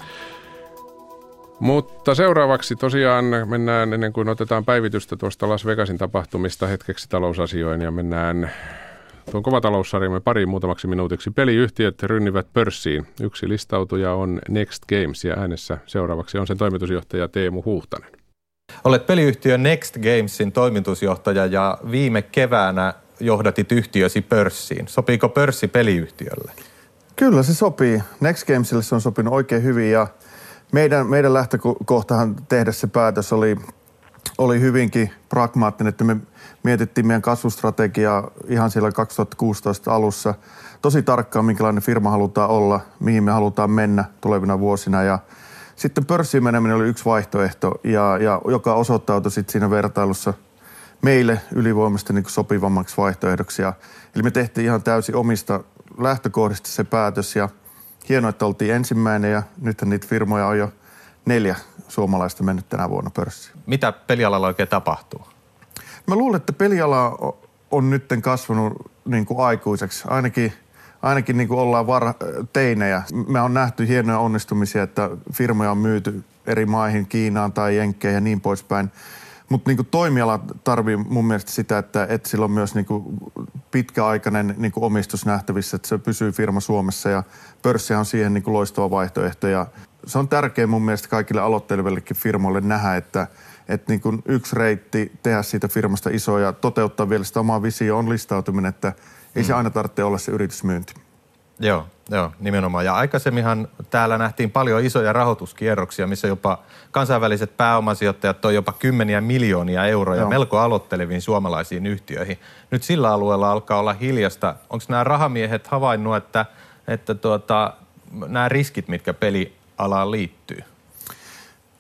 Mutta seuraavaksi tosiaan mennään, ennen kuin otetaan päivitystä tuosta Las Vegasin tapahtumista hetkeksi talousasioin ja mennään tuon Kova taloussarjamme pariin muutamaksi minuutiksi. Peliyhtiöt rynnivät pörssiin. Yksi listautuja on Next Games ja äänessä seuraavaksi on sen toimitusjohtaja Teemu Huhtanen. Olet peliyhtiö Next Gamesin toimitusjohtaja ja viime keväänä johdatit yhtiösi pörssiin. Sopiiko pörssi peliyhtiölle? Kyllä se sopii. Next Gamesille se on sopinut oikein hyvin ja meidän, meidän lähtökohtahan tehdä se päätös oli, oli hyvinkin pragmaattinen, että me mietittiin meidän kasvustrategiaa ihan siellä kaksituhattakuusitoista alussa. Tosi tarkkaan, minkälainen firma halutaan olla, mihin me halutaan mennä tulevina vuosina ja sitten pörssiin meneminen oli yksi vaihtoehto, ja, ja joka osoittautui sitten siinä vertailussa meille ylivoimaisesti niin kuin sopivammaksi vaihtoehdoksi. Ja, eli me tehtiin ihan täysin omista lähtökohdista se päätös, ja hienoa, että oltiin ensimmäinen, ja nythän niitä firmoja on jo neljä suomalaista mennyt tänä vuonna pörssiin. Mitä pelialalla oikein tapahtuu? Mä luulen, että peliala on nyt kasvanut niin kuin aikuiseksi, ainakin Ainakin niin kuin ollaan var- teinejä. Me on nähty hienoja onnistumisia, että firmoja on myyty eri maihin, Kiinaan tai Jenkkeihin ja niin poispäin. Mutta niin kuin toimiala tarvii mun mielestä sitä, että, että sillä on myös niin kuin pitkäaikainen niin kuin omistus nähtävissä, että se pysyy firma Suomessa ja pörssiä on siihen niin kuin loistava vaihtoehto. Ja se on tärkeää mun mielestä kaikille aloittelevillekin firmoille nähdä, että, että niin kuin yksi reitti tehdä siitä firmasta iso ja toteuttaa vielä sitä omaa visioa on listautuminen, että ei se aina tarvitse olla se yritysmyynti. Joo, joo, nimenomaan. Ja aikaisemminhan täällä nähtiin paljon isoja rahoituskierroksia, missä jopa kansainväliset pääomasijoittajat toi jopa kymmeniä miljoonia euroja joo. melko aloitteleviin suomalaisiin yhtiöihin. Nyt sillä alueella alkaa olla hiljasta. Onko nämä rahamiehet havainnut, että, että tuota, nämä riskit, mitkä pelialaan liittyy?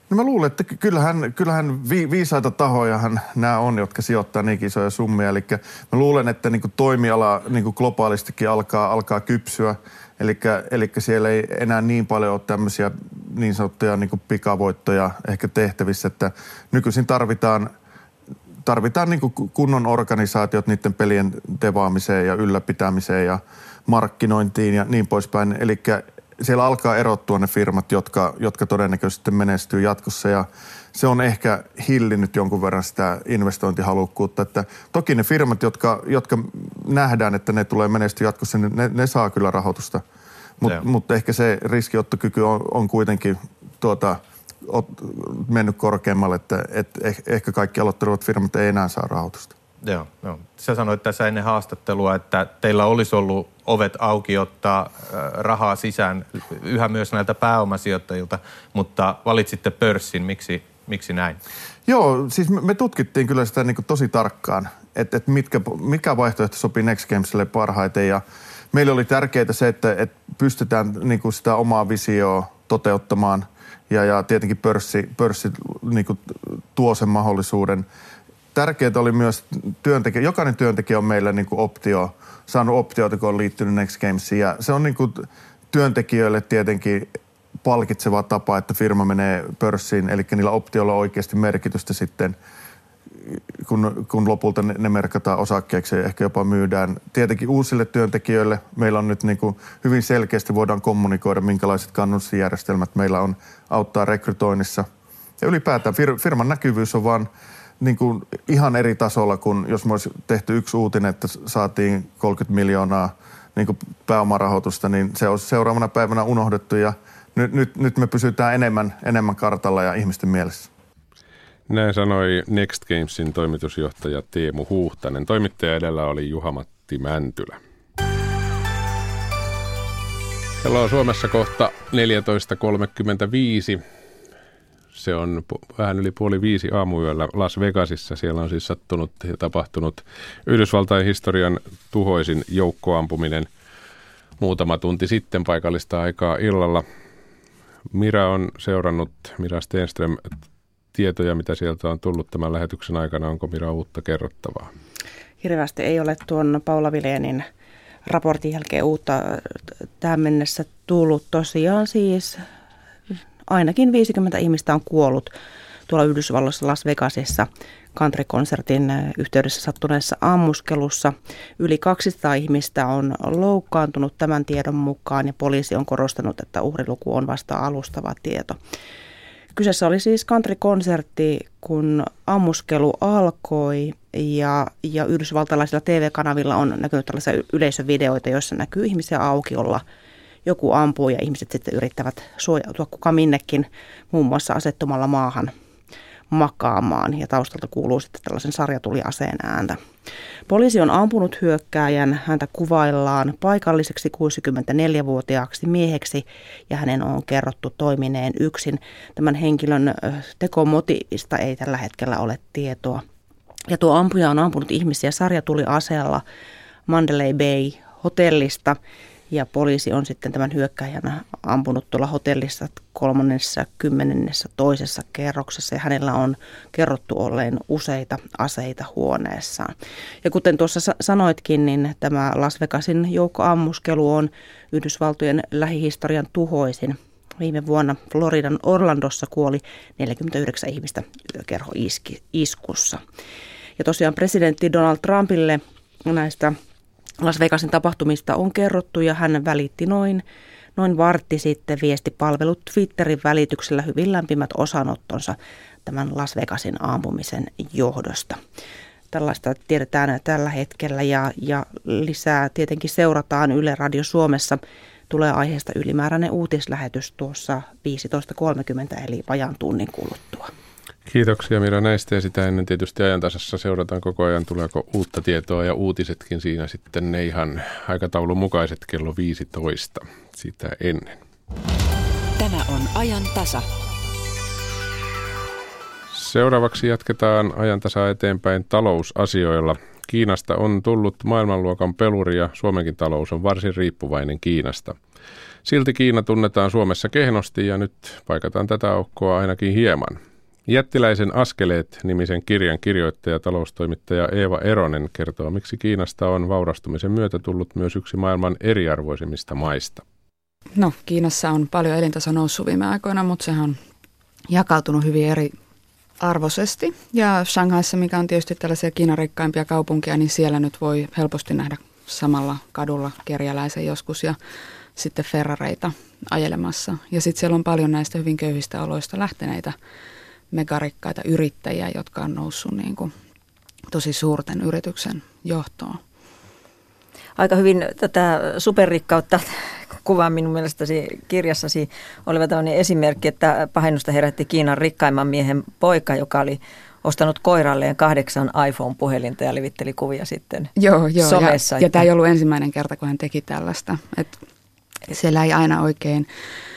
No mä luulen, että kyllähän, kyllähän vi, viisaita tahojahan nämä on, jotka sijoittaa niin isoja summia. Eli mä luulen, että niin kuin toimiala niin kuin globaalistikin alkaa, alkaa kypsyä. Eli, eli siellä ei enää niin paljon ole tämmöisiä niin sanottuja niin kuin pikavoittoja ehkä tehtävissä, että nykyisin tarvitaan, tarvitaan niin kuin kunnon organisaatiot niiden pelien devaamiseen ja ylläpitämiseen ja markkinointiin ja niin poispäin. Eli siellä alkaa erottua ne firmat, jotka, jotka todennäköisesti menestyy jatkossa ja se on ehkä hillinnyt jonkun verran sitä investointihalukkuutta. Että toki ne firmat, jotka, jotka nähdään, että ne tulee menestyä jatkossa, niin ne, ne saa kyllä rahoitusta. Mutta mut ehkä se riskiottokyky on, on kuitenkin tuota, ot, mennyt korkeammalle, että et ehkä kaikki aloittelevat firmat ei enää saa rahoitusta. Joo, joo. Sä sanoit tässä ennen haastattelua, että teillä olisi ollut ovet auki ottaa rahaa sisään yhä myös näiltä pääomasijoittajilta, mutta valitsitte pörssin. Miksi, miksi näin? Joo, siis me tutkittiin kyllä sitä niin kuin tosi tarkkaan, että, että mitkä, mikä vaihtoehto sopii Next Gamesille parhaiten. Ja meille oli tärkeää se, että, että pystytään niin kuin sitä omaa visioa toteuttamaan ja, ja tietenkin pörssi, pörssi niin kuin tuo sen mahdollisuuden. Tärkeää oli myös työntekijä, jokainen työntekijä on meillä niin kuin optio, saanut optioita, kun on liittynyt Next Gamesiin. Ja se on niin kuin työntekijöille tietenkin palkitseva tapa, että firma menee pörssiin, eli niillä optioilla on oikeasti merkitystä sitten, kun, kun lopulta ne, ne merkataan osakkeeksi ja ehkä jopa myydään. Tietenkin uusille työntekijöille meillä on nyt niin kuin hyvin selkeästi voidaan kommunikoida, minkälaiset kannustinjärjestelmät meillä on auttaa rekrytoinnissa. Ja ylipäätään fir, firman näkyvyys on vaan niin kuin ihan eri tasolla kuin jos me olisi tehty yksi uutinen, että saatiin kolmekymmentä miljoonaa niin kuin pääomarahoitusta, niin se olisi seuraavana päivänä unohdettu ja nyt, nyt, nyt me pysytään enemmän, enemmän kartalla ja ihmisten mielessä. Näin sanoi Next Gamesin toimitusjohtaja Teemu Huuhtanen. Toimittaja edellä oli Juha-Matti Mäntylä. Kello on Suomessa kohta neljätoista kolmekymmentäviisi. Se on vähän yli puoli viisi aamuyöllä Las Vegasissa. Siellä on siis sattunut ja tapahtunut Yhdysvaltain historian tuhoisin joukkoampuminen muutama tunti sitten paikallista aikaa illalla. Mira on seurannut, Mira Stenström, tietoja, mitä sieltä on tullut tämän lähetyksen aikana. Onko Mira uutta kerrottavaa? Hirveästi ei ole tuon Paula Vilénin raportin jälkeen uutta tähän mennessä tullut. Tosiaan siis ainakin viisikymmentä ihmistä on kuollut tuolla Yhdysvalloissa Las Vegasissa country-konsertin yhteydessä sattuneessa ammuskelussa. Yli kaksisataa ihmistä on loukkaantunut tämän tiedon mukaan ja poliisi on korostanut, että uhriluku on vasta alustava tieto. Kyseessä oli siis country-konsertti, kun ammuskelu alkoi ja, ja yhdysvaltalaisilla T V-kanavilla on näkynyt tällaisia yleisövideoita, joissa näkyy ihmisiä aukiolla. Joku ampuu ja ihmiset sitten yrittävät suojautua kuka minnekin, muun muassa asettumalla maahan makaamaan. Ja taustalta kuuluu sitten tällaisen sarjatuliaseen ääntä. Poliisi on ampunut hyökkääjän, häntä kuvaillaan paikalliseksi kuusikymmentäneljävuotiaaksi mieheksi ja hänen on kerrottu toimineen yksin. Tämän henkilön tekomotiivista ei tällä hetkellä ole tietoa. Ja tuo ampuja on ampunut ihmisiä sarjatuliaseella Mandalay Bay hotellista. Ja poliisi on sitten tämän hyökkääjän ampunut tuolla hotellissa kolmannessa kymmenennessä toisessa kerroksessa ja hänellä on kerrottu olleen useita aseita huoneessaan. Ja kuten tuossa sanoitkin, niin tämä Las Vegasin joukkoammuskelu on Yhdysvaltojen lähihistorian tuhoisin. Viime vuonna Floridan Orlandossa kuoli neljäkymmentäyhdeksän ihmistä yökerhoiskussa. Ja tosiaan presidentti Donald Trumpille näistä Las Vegasin tapahtumista on kerrottu ja hän välitti noin, noin vartti sitten viestipalvelu Twitterin välityksellä hyvin lämpimät osanottonsa tämän Las Vegasin ampumisen johdosta. Tällaista tiedetään tällä hetkellä ja, ja lisää tietenkin seurataan Yle Radio Suomessa. Tulee aiheesta ylimääräinen uutislähetys tuossa viisitoista kolmekymmentä eli vajaan tunnin kuluttua. Kiitoksia Mira näistä ja sitä ennen tietysti ajantasassa seurataan koko ajan, tuleeko uutta tietoa ja uutisetkin siinä sitten ne ihan aikataulun mukaiset kello viisitoista sitä ennen. Tämä on ajan tasa. Seuraavaksi jatketaan ajan tasa eteenpäin talousasioilla. Kiinasta on tullut maailmanluokan peluri ja Suomenkin talous on varsin riippuvainen Kiinasta. Silti Kiina tunnetaan Suomessa kehnosti ja nyt paikataan tätä aukkoa ainakin hieman. Jättiläisen askeleet-nimisen kirjan kirjoittaja taloustoimittaja Eeva Eronen kertoo, miksi Kiinasta on vaurastumisen myötä tullut myös yksi maailman eriarvoisimmista maista. No, Kiinassa on paljon elintaso noussut viime aikoina, mutta sehän on jakautunut hyvin eriarvoisesti. Ja Shanghaissa, mikä on tietysti tällaisia Kiinan rikkaimpia kaupunkia, niin siellä nyt voi helposti nähdä samalla kadulla kerjäläisen joskus ja sitten ferrareita ajelemassa. Ja sitten siellä on paljon näistä hyvin köyhistä oloista lähteneitä megarikkaita yrittäjiä, jotka on noussut niin kuin tosi suurten yrityksen johtoon. Aika hyvin tätä superrikkautta kuvaa minun mielestäsi kirjassasi oleva tämmöinen esimerkki, että pahennusta herätti Kiinan rikkaimman miehen poika, joka oli ostanut koiralleen kahdeksan iPhone-puhelinta ja levitteli kuvia sitten joo, joo, somessa. Ja, ja tämä ei ollut ensimmäinen kerta, kun hän teki tällaista. Et siellä ei aina oikein,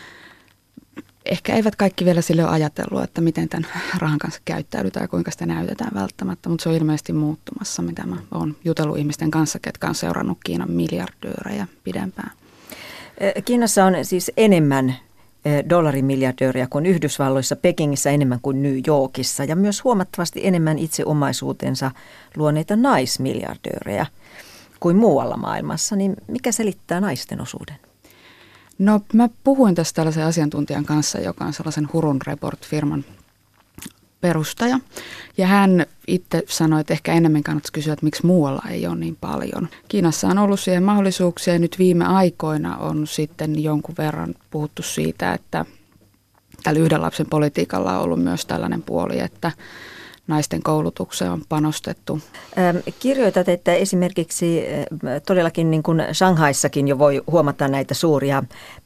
ehkä eivät kaikki vielä sille ole ajatellut, että miten tämän rahan kanssa käyttäydytään ja kuinka sitä näytetään välttämättä, mutta se on ilmeisesti muuttumassa, mitä mä oon jutellut ihmisten kanssa, ketkä on seurannut Kiinan miljardöörejä pidempään. Kiinassa on siis enemmän dollarimiljardööriä kuin Yhdysvalloissa, Pekingissä enemmän kuin New Yorkissa ja myös huomattavasti enemmän itse omaisuutensa luoneita naismiljardöörejä kuin muualla maailmassa. Niin mikä selittää naisten osuuden? No mä puhuin tästä tällaisen asiantuntijan kanssa, joka on sellaisen Hurun Report-firman perustaja. Ja hän itse sanoi, että ehkä enemmän kannattaisi kysyä, että miksi muualla ei ole niin paljon. Kiinassa on ollut siihen mahdollisuuksia ja nyt viime aikoina on sitten jonkun verran puhuttu siitä, että tällä yhden lapsen politiikalla on ollut myös tällainen puoli, että naisten koulutukseen on panostettu. Kirjoitat, että esimerkiksi todellakin niin kuin Shanghaissakin jo voi huomata näitä suuria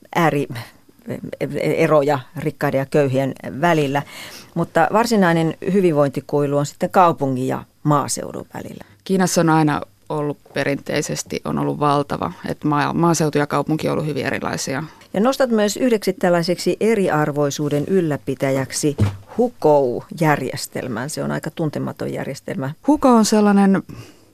äärieroja rikkaiden ja köyhien välillä, mutta varsinainen hyvinvointikuilu on sitten kaupungin ja maaseudun välillä. Kiinassa on aina ollut perinteisesti, on ollut valtava, että maaseutu ja kaupunki on ollut hyvin erilaisia. Ja nostat myös yhdeksi tällaiseksi eriarvoisuuden ylläpitäjäksi Hukou-järjestelmän. Se on aika tuntematon järjestelmä. Hukou on sellainen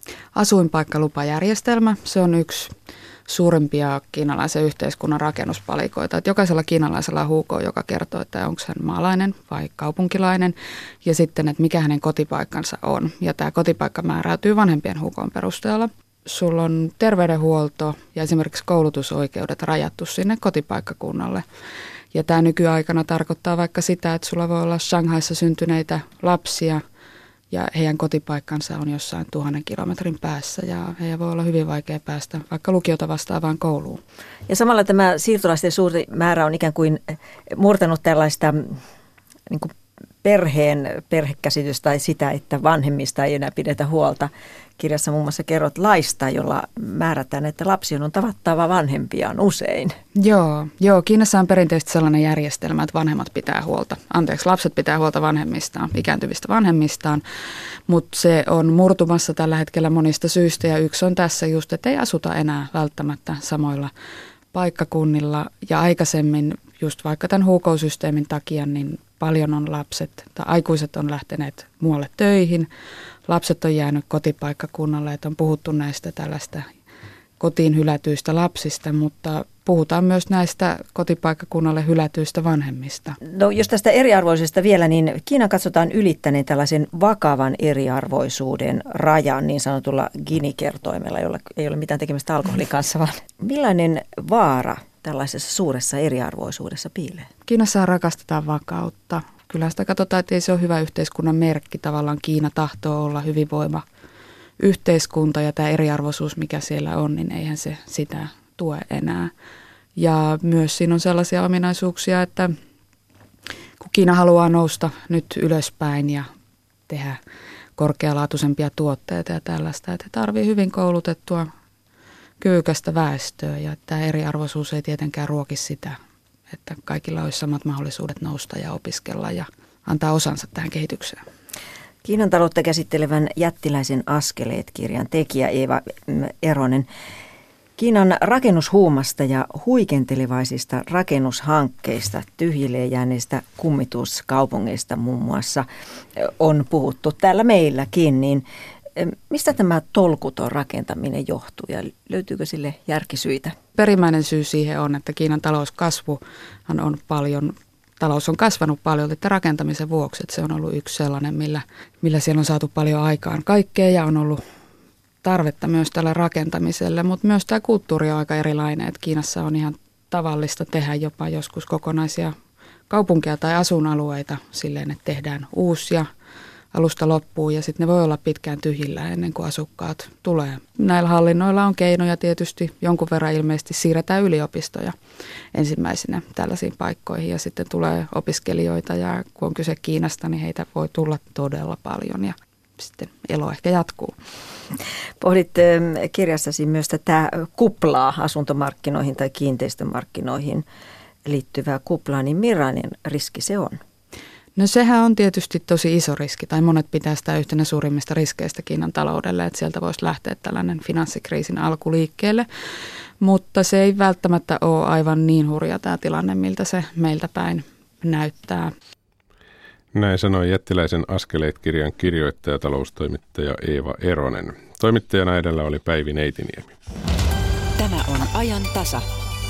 asuinpaikkalupajärjestelmä. Se on yksi suurimpia kiinalaisen yhteiskunnan rakennuspalikoita. Että jokaisella kiinalaisella on Hukou, joka kertoo, että onko hän maalainen vai kaupunkilainen. Ja sitten, että mikä hänen kotipaikkansa on. Ja tämä kotipaikka määräytyy vanhempien Hukoun perusteella. Sulla on terveydenhuolto ja esimerkiksi koulutusoikeudet rajattu sinne kotipaikkakunnalle. Ja tämä nykyaikana tarkoittaa vaikka sitä, että sulla voi olla Shanghaissa syntyneitä lapsia ja heidän kotipaikkansa on jossain tuhannen kilometrin päässä ja heidän voi olla hyvin vaikea päästä vaikka lukiota vastaavaan kouluun. Ja samalla tämä siirtolaisten suuri määrä on ikään kuin murtanut tällaista niin kuin perheen perhekäsitys tai sitä, että vanhemmista ei enää pidetä huolta. Kirjassa muun muassa kerrot laista, jolla määrätään, että lapsien on tavattava vanhempiaan usein. Joo, joo, Kiinassa on perinteisesti sellainen järjestelmä, että vanhemmat pitää huolta. Anteeksi, lapset pitää huolta vanhemmistaan, ikääntyvistä vanhemmistaan, mutta se on murtumassa tällä hetkellä monista syistä ja yksi on tässä just, että ei asuta enää välttämättä samoilla paikkakunnilla ja aikaisemmin just vaikka tämän Hukou-systeemin takia, niin paljon on lapset tai aikuiset on lähteneet muualle töihin. Lapset on jäänyt kotipaikkakunnalle, että on puhuttu näistä tällaista kotiin hylätyistä lapsista, mutta puhutaan myös näistä kotipaikkakunnalle hylätyistä vanhemmista. No jos tästä eriarvoisuudesta vielä, niin Kiinan katsotaan ylittäneen tällaisen vakavan eriarvoisuuden rajan niin sanotulla Gini-kertoimella, jolla ei ole mitään tekemistä alkoholin kanssa, vaan millainen vaara tällaisessa suuressa eriarvoisuudessa piilee? Kiinassa rakastetaan vakautta. Kyllä sitä katsotaan, että ei se ole hyvä yhteiskunnan merkki. Tavallaan Kiina tahtoo olla hyvinvoima yhteiskunta ja tämä eriarvoisuus, mikä siellä on, niin eihän se sitä tue enää. Ja myös siinä on sellaisia ominaisuuksia, että kun Kiina haluaa nousta nyt ylöspäin ja tehdä korkealaatuisempia tuotteita ja tällaista, että he tarvitsevat hyvin koulutettua kyykästä väestöä ja tämä eriarvoisuus ei tietenkään ruoki sitä, että kaikilla olisi samat mahdollisuudet nousta ja opiskella ja antaa osansa tähän kehitykseen. Kiinan taloutta käsittelevän Jättiläisen askeleet-kirjan tekijä Eeva Eronen. Kiinan rakennushuumasta ja huikentelevaisista rakennushankkeista, tyhjille jääneistä kummituskaupungeista muun muassa on puhuttu täällä meilläkin, niin Mistä tämä tolkuton rakentaminen johtuu ja löytyykö sille järkisyitä? Perimmäinen syy siihen on, että Kiinan talouskasvuhan on paljon, talous on kasvanut paljon että rakentamisen vuoksi. Että se on ollut yksi sellainen, millä, millä siellä on saatu paljon aikaan kaikkea ja on ollut tarvetta myös tälle rakentamiselle, mutta myös tämä kulttuuri on aika erilainen. Että Kiinassa on ihan tavallista tehdä jopa joskus kokonaisia kaupunkeja tai asuinalueita silleen, että tehdään uusia alusta loppuun ja sitten ne voi olla pitkään tyhjillä ennen kuin asukkaat tulee. Näillä hallinnoilla on keinoja tietysti, jonkun verran ilmeisesti siirretään yliopistoja ensimmäisenä tällaisiin paikkoihin ja sitten tulee opiskelijoita ja kun on kyse Kiinasta, niin heitä voi tulla todella paljon ja sitten elo ehkä jatkuu. Pohdit kirjassasi myös tätä kuplaa asuntomarkkinoihin tai kiinteistömarkkinoihin liittyvää kuplaa, niin millainen riski se on? No sehän on tietysti tosi iso riski, tai monet pitää sitä yhtenä suurimmista riskeistä Kiinan taloudelle, että sieltä voisi lähteä tällainen finanssikriisin alku liikkeelle, mutta se ei välttämättä ole aivan niin hurja tämä tilanne, miltä se meiltä päin näyttää. Näin sanoi Jättiläisen askeleet-kirjan kirjoittaja taloustoimittaja Eeva Eronen. Toimittajana edellä oli Päivi Neitiniemi. Tämä on ajan tasa.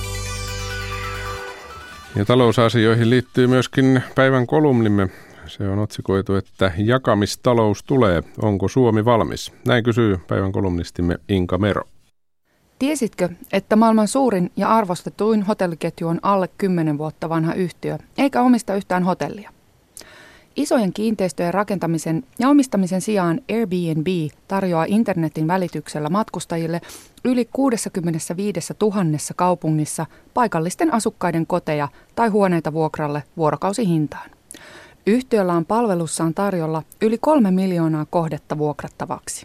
Ja talousasioihin liittyy myöskin päivän kolumnimme. Se on otsikoitu, että jakamistalous tulee. Onko Suomi valmis? Näin kysyy päivän kolumnistimme Inka Mero. Tiesitkö, että maailman suurin ja arvostetuin hotelliketju on alle kymmenen vuotta vanha yhtiö, eikä omista yhtään hotellia? Isojen kiinteistöjen rakentamisen ja omistamisen sijaan Airbnb tarjoaa internetin välityksellä matkustajille yli kuusikymmentäviisi tuhatta kaupungissa paikallisten asukkaiden koteja tai huoneita vuokralle vuorokausihintaan. Yhtiöllä on palvelussaan tarjolla yli kolme miljoonaa kohdetta vuokrattavaksi.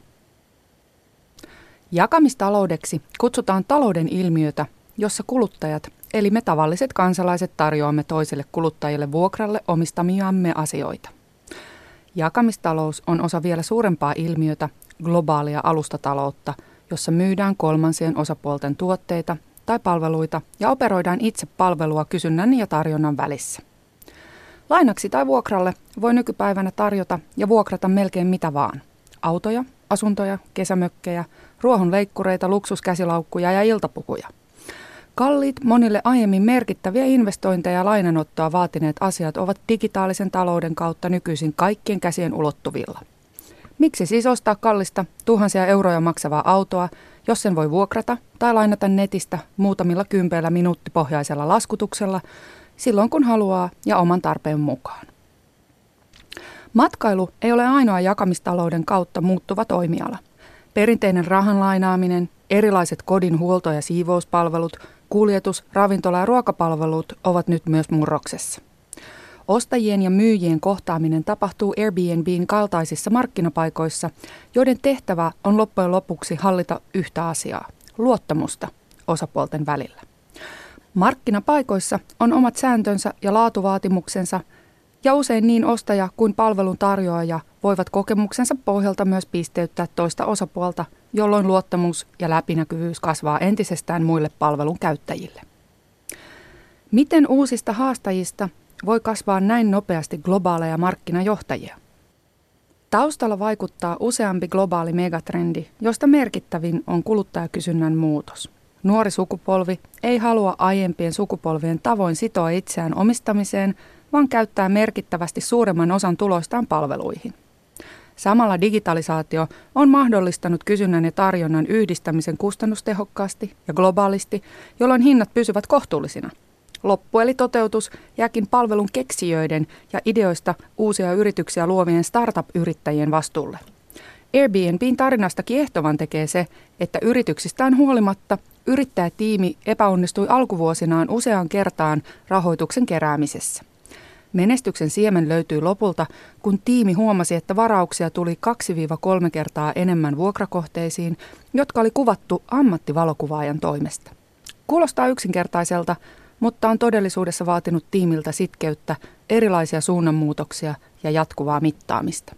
Jakamistaloudeksi kutsutaan talouden ilmiötä, jossa kuluttajat, eli me tavalliset kansalaiset tarjoamme toisille kuluttajille vuokralle omistamiamme asioita. Jakamistalous on osa vielä suurempaa ilmiötä, globaalia alustataloutta, jossa myydään kolmansien osapuolten tuotteita tai palveluita ja operoidaan itse palvelua kysynnän ja tarjonnan välissä. Lainaksi tai vuokralle voi nykypäivänä tarjota ja vuokrata melkein mitä vaan. Autoja, asuntoja, kesämökkejä, ruohonleikkureita, luksuskäsilaukkuja ja iltapukuja. Kalliit, monille aiemmin merkittäviä investointeja ja lainanottoa vaatineet asiat ovat digitaalisen talouden kautta nykyisin kaikkien käsien ulottuvilla. Miksi siis ostaa kallista, tuhansia euroja maksavaa autoa, jos sen voi vuokrata tai lainata netistä muutamilla kympeillä minuuttipohjaisella laskutuksella, silloin kun haluaa ja oman tarpeen mukaan? Matkailu ei ole ainoa jakamistalouden kautta muuttuva toimiala. Perinteinen rahan lainaaminen, erilaiset kodin huolto- ja siivouspalvelut, kuljetus, ravintola- ja ruokapalvelut ovat nyt myös murroksessa. Ostajien ja myyjien kohtaaminen tapahtuu Airbnbin kaltaisissa markkinapaikoissa, joiden tehtävä on loppujen lopuksi hallita yhtä asiaa, luottamusta osapuolten välillä. Markkinapaikoissa on omat sääntönsä ja laatuvaatimuksensa, ja usein niin ostaja kuin palvelun tarjoaja voivat kokemuksensa pohjalta myös pisteyttää toista osapuolta, jolloin luottamus ja läpinäkyvyys kasvaa entisestään muille palvelun käyttäjille. Miten uusista haastajista voi kasvaa näin nopeasti globaaleja markkinajohtajia? Taustalla vaikuttaa useampi globaali megatrendi, josta merkittävin on kuluttajakysynnän muutos. Nuori sukupolvi ei halua aiempien sukupolvien tavoin sitoa itseään omistamiseen, vaan käyttää merkittävästi suuremman osan tuloistaan palveluihin. Samalla digitalisaatio on mahdollistanut kysynnän ja tarjonnan yhdistämisen kustannustehokkaasti ja globaalisti, jolloin hinnat pysyvät kohtuullisina. Loppu eli toteutus jääkin palvelun keksijöiden ja ideoista uusia yrityksiä luovien startup-yrittäjien vastuulle. Airbnbin tarinasta kiehtovan tekee se, että yrityksistään huolimatta yrittäjätiimi epäonnistui alkuvuosinaan useaan kertaan rahoituksen keräämisessä. Menestyksen siemen löytyi lopulta, kun tiimi huomasi, että varauksia tuli kaksi kolme kertaa enemmän vuokrakohteisiin, jotka oli kuvattu ammattivalokuvaajan toimesta. Kuulostaa yksinkertaiselta, mutta on todellisuudessa vaatinut tiimiltä sitkeyttä, erilaisia suunnanmuutoksia ja jatkuvaa mittaamista.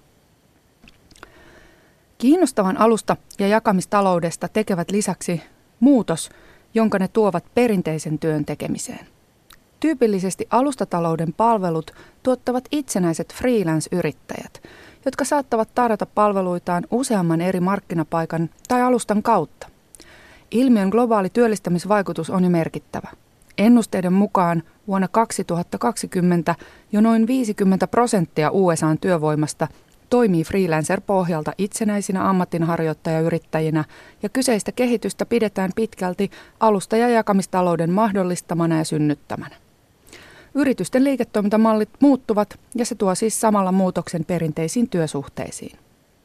Kiinnostavan alusta- ja jakamistaloudesta tekevät lisäksi muutos, jonka ne tuovat perinteisen työn tekemiseen. Tyypillisesti alustatalouden palvelut tuottavat itsenäiset freelance-yrittäjät, jotka saattavat tarjota palveluitaan useamman eri markkinapaikan tai alustan kautta. Ilmiön globaali työllistämisvaikutus on jo merkittävä. Ennusteiden mukaan vuonna kaksituhattakaksikymmentä jo noin viisikymmentä prosenttia U S A:n työvoimasta toimii freelancer-pohjalta itsenäisinä ammatinharjoittajayrittäjinä ja kyseistä kehitystä pidetään pitkälti alusta- ja jakamistalouden mahdollistamana ja synnyttämänä. Yritysten liiketoimintamallit muuttuvat ja se tuo siis samalla muutoksen perinteisiin työsuhteisiin.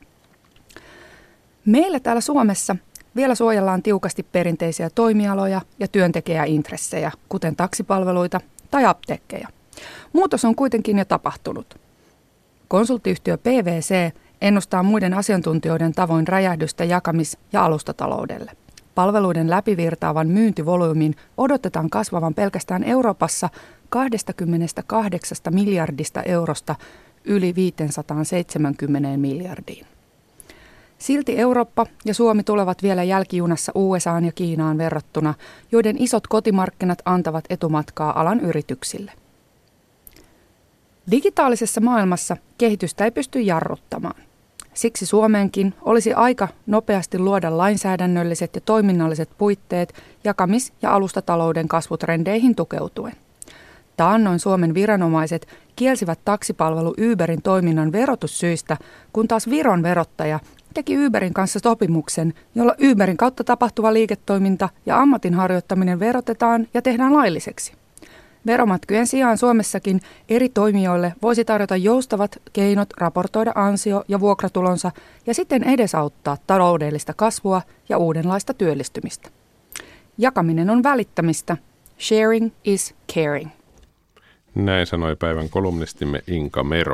Meillä täällä Suomessa vielä suojellaan tiukasti perinteisiä toimialoja ja työntekijäintressejä, kuten taksipalveluita tai apteekkeja. Muutos on kuitenkin jo tapahtunut. Konsulttiyhtiö P V C ennustaa muiden asiantuntijoiden tavoin räjähdystä jakamis- ja alustataloudelle. Palveluiden läpivirtaavan myyntivolyymin odotetaan kasvavan pelkästään Euroopassa kaksikymmentäkahdeksan miljardista eurosta yli viisisataaseitsemänkymmentä miljardiin. Silti Eurooppa ja Suomi tulevat vielä jälkijunassa U S A:n ja Kiinaan verrattuna, joiden isot kotimarkkinat antavat etumatkaa alan yrityksille. Digitaalisessa maailmassa kehitystä ei pysty jarruttamaan. Siksi Suomeenkin olisi aika nopeasti luoda lainsäädännölliset ja toiminnalliset puitteet jakamis- ja alustatalouden kasvutrendeihin tukeutuen. Taannoin Suomen viranomaiset kielsivät taksipalvelu Uberin toiminnan verotussyistä, kun taas Viron verottaja teki Uberin kanssa sopimuksen, jolla Uberin kautta tapahtuva liiketoiminta ja ammatin harjoittaminen verotetaan ja tehdään lailliseksi. Veromatkojen sijaan Suomessakin eri toimijoille voisi tarjota joustavat keinot raportoida ansio- ja vuokratulonsa ja siten edesauttaa taloudellista kasvua ja uudenlaista työllistymistä. Jakaminen on välittämistä. Sharing is caring. Näin sanoi päivän kolumnistimme Inka Mero.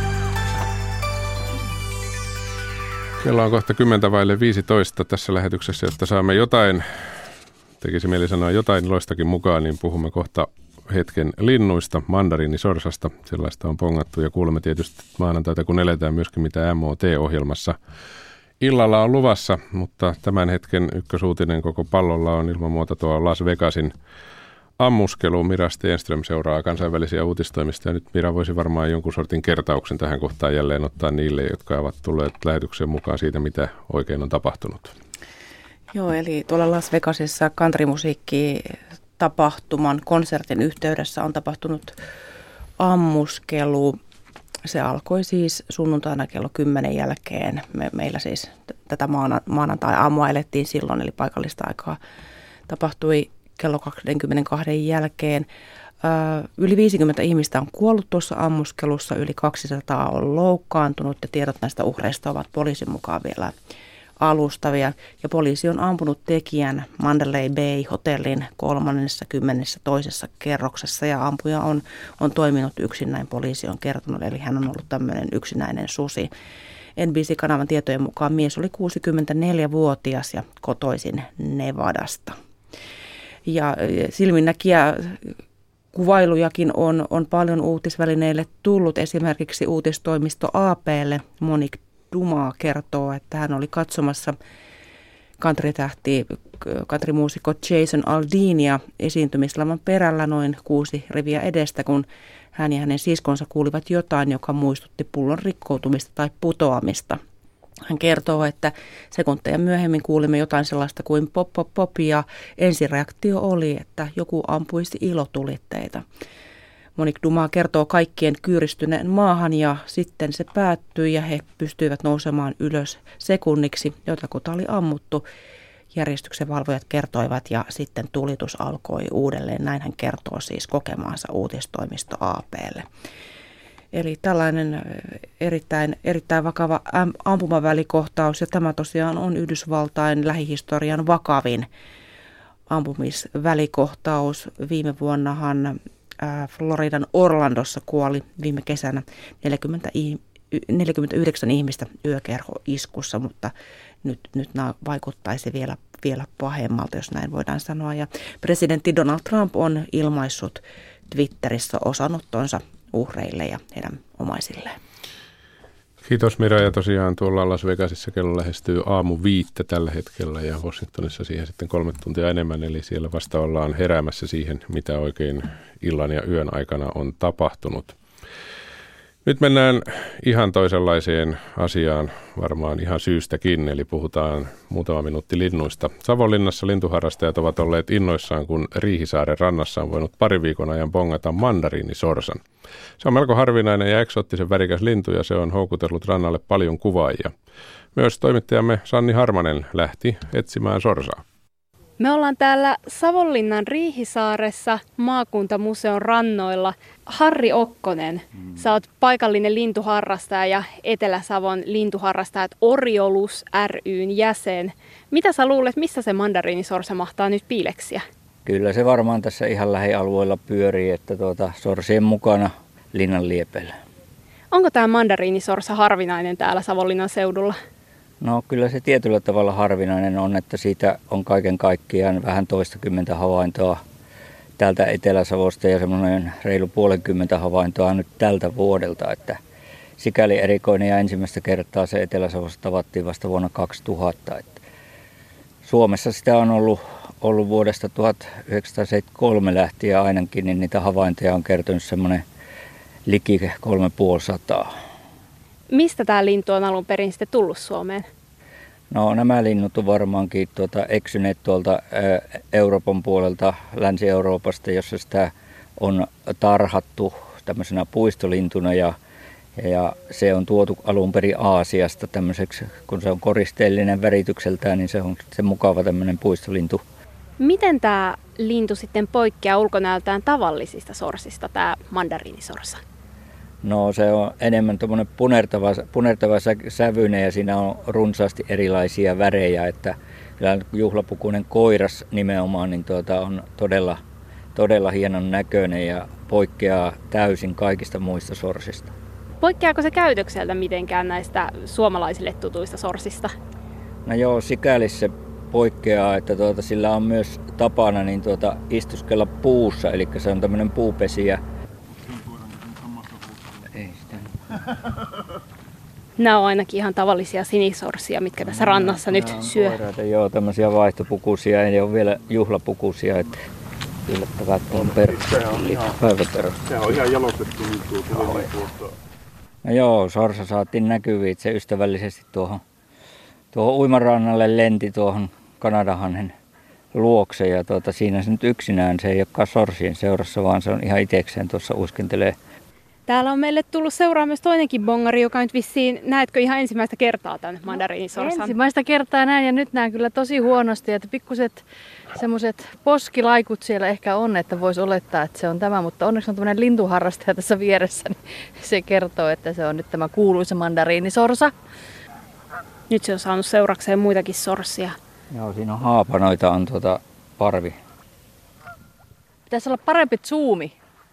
Kello on kohta kymmentä vaille viisitoista tässä lähetyksessä, jotta saamme jotain, tekisi mieli sanoa jotain iloistakin mukaan, niin puhumme kohta hetken linnuista, mandariinisorsasta. Sellaista on pongattu ja kuulemme tietysti maanantaita, kun eletään myöskin mitä M O T-ohjelmassa illalla on luvassa, mutta tämän hetken ykkösuutinen koko pallolla on ilman muuta tuo Las Vegasin ammuskelu. Mira Stenström seuraa kansainvälisiä uutistoimista ja nyt Mira voisi varmaan jonkun sortin kertauksen tähän kohtaan jälleen ottaa niille, jotka ovat tulleet lähetykseen mukaan siitä, mitä oikein on tapahtunut. Joo, eli tuolla Las Vegasissa countrymusiikki tapahtuman konsertin yhteydessä on tapahtunut ammuskelu. Se alkoi siis sunnuntaina kello kymmenen jälkeen. Me, meillä siis tätä maana, maanantai-aamua elettiin silloin, eli paikallista aikaa tapahtui kello kaksikymmentäkaksi jälkeen. Ö, yli viisikymmentä ihmistä on kuollut tuossa ammuskelussa, yli kaksisataa on loukkaantunut ja tiedot näistä uhreista ovat poliisin mukaan vielä alustavia. Ja poliisi on ampunut tekijän Mandalay Bay-hotellin kolmannessa kymmenessä toisessa kerroksessa ja ampuja on, on toiminut yksin, näin poliisi on kertonut, eli hän on ollut tämmöinen yksinäinen susi. N B C-kanavan tietojen mukaan mies oli kuusikymmentäneljävuotias ja kotoisin Nevadasta. Ja silminnäkijä kuvailujakin on, on paljon uutisvälineille tullut. Esimerkiksi uutistoimisto A P:lle Monique Dumas kertoo, että hän oli katsomassa country-tähti, countrymuusikko Jason Aldeania esiintymislavan perällä noin kuusi riviä edestä, kun hän ja hänen siskonsa kuulivat jotain, joka muistutti pullon rikkoutumista tai putoamista. Hän kertoo, että sekunteja myöhemmin kuulimme jotain sellaista kuin pop pop pop ja ensireaktio oli, että joku ampuisi ilotulitteita. Monique Dumas kertoo kaikkien kyyristyneen maahan ja sitten se päättyi ja he pystyivät nousemaan ylös sekunniksi, jotakuta oli ammuttu. Järjestyksen valvojat kertoivat ja sitten tulitus alkoi uudelleen. Näin hän kertoo siis kokemaansa uutistoimisto A P:lle. Eli tällainen erittäin, erittäin vakava ampumavälikohtaus ja tämä tosiaan on Yhdysvaltain lähihistorian vakavin ampumisvälikohtaus. Viime vuonnahan Floridan Orlandossa kuoli viime kesänä neljäkymmentä, neljäkymmentäyhdeksän ihmistä yökerhoiskussa, mutta nyt, nyt nämä vaikuttaisi vielä, vielä pahemmalta, jos näin voidaan sanoa. Ja presidentti Donald Trump on ilmaissut Twitterissä osanottonsa uhreille ja heidän omaisilleen. Kiitos Mira, ja tosiaan tuolla Las Vegasissa kello lähestyy aamu viittä tällä hetkellä ja Washingtonissa siihen sitten kolme tuntia enemmän, eli siellä vasta ollaan heräämässä siihen, mitä oikein illan ja yön aikana on tapahtunut. Nyt mennään ihan toisenlaiseen asiaan, varmaan ihan syystäkin, eli puhutaan muutama minuutti linnuista. Savonlinnassa lintuharrastajat ovat olleet innoissaan, kun Riihisaaren rannassa on voinut pari viikon ajan bongata mandariinisorsan. Se on melko harvinainen ja eksoottisen värikäs lintu ja se on houkutellut rannalle paljon kuvaajia. Myös toimittajamme Sanni Harmanen lähti etsimään sorsaa. Me ollaan täällä Savonlinnan Riihisaaressa maakuntamuseon rannoilla. Harri Okkonen, mm. sä oot paikallinen lintuharrastaja ja Etelä-Savon lintuharrastajat Oriolus ry:n jäsen. Mitä sä luulet, missä se mandariinisorsa mahtaa nyt piileksiä? Kyllä se varmaan tässä ihan lähialueella pyörii, että tuota, sorsien mukana linnan liepeillä. Onko tämä mandariinisorsa harvinainen täällä Savonlinnan seudulla? No kyllä se tietyllä tavalla harvinainen on, että siitä on kaiken kaikkiaan vähän toistakymmentä havaintoa täältä Etelä-Savosta ja semmoinen reilu puolenkymmentä havaintoa nyt tältä vuodelta. Että sikäli erikoinen ja ensimmäistä kertaa se Etelä-Savossa tavattiin vasta vuonna kaksituhatta. Että Suomessa sitä on ollut, ollut vuodesta tuhatyhdeksänsataaseitsemänkymmentäkolme lähtien ainakin, niin niitä havaintoja on kertonut semmoinen liki kolmesataa. Mistä tämä lintu on alun perin sitten tullut Suomeen? No nämä linnut on varmaankin tuota, eksyneet tuolta ä, Euroopan puolelta, Länsi-Euroopasta, jossa sitä on tarhattu tämmöisenä puistolintuna ja, ja se on tuotu alun perin Aasiasta tämmöiseksi, kun se on koristeellinen väritykseltään, niin se on se mukava tämmöinen puistolintu. Miten tämä lintu sitten poikkeaa ulkonäöltään tavallisista sorsista, tämä mandariinisorsa? No se on enemmän tuommoinen punertava, punertava sävyinen ja siinä on runsaasti erilaisia värejä, että juhlapukuinen koiras nimenomaan niin tuota on todella, todella hienon näköinen ja poikkeaa täysin kaikista muista sorsista. Poikkeaako se käytökseltä mitenkään näistä suomalaisille tutuista sorsista? No joo, sikäli se poikkeaa, että tuota, sillä on myös tapana niin tuota, istuskella puussa, eli se on tämmöinen puupesiä. Nämä on ainakin ihan tavallisia sinisorsia, mitkä tässä rannassa nyt syö. Koiraita, joo, tämmöisiä vaihtopukuisia, ei ole vielä juhlapukuisia, että yllättävät on päiväperäistä. Sehän on ihan jalostettu nyt tuota. No joo, sorsa saatiin näkyviin, että se ystävällisesti tuohon, tuohon uimarannalle lenti tuohon Kanadahanhen luokse ja tuota, siinä se nyt yksinään, se ei olekaan sorsien seurassa, vaan se on ihan itsekseen tuossa uiskentelee. Täällä on meille tullut seuraa myös toinenkin bongari, joka nyt vissiin, näetkö ihan ensimmäistä kertaa tämän mandariinisorsan? Ensimmäistä kertaa näin ja nyt näen kyllä tosi huonosti, että pikkuset semmoiset poskilaikut siellä ehkä on, että voisi olettaa, että se on tämä, mutta onneksi on tämmöinen lintuharrastaja tässä vieressä, niin se kertoo, että se on nyt tämä kuuluisa mandariinisorsa. Nyt se on saanut seurakseen muitakin sorsia. Joo, siinä on haapanoita, on tuota parvi. Pitäisi olla parempi zoomi.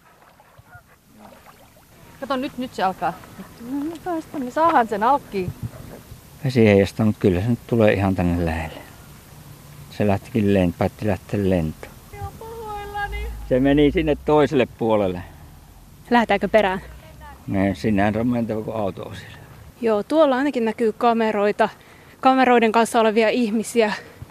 Kato, nyt, nyt se alkaa. Päästä, me saadaan sen alkkiin. Vesi heijastaa, mutta kyllä se nyt tulee ihan tänne lähelle. Se lähtikin lent, päätti lähteä lentoon. Se meni sinne toiselle puolelle. Lähdetäänkö perään? Me sinänsä on mentävä kuin auto on siellä. Joo, tuolla ainakin näkyy kameroita. Kameroiden kanssa olevia ihmisiä.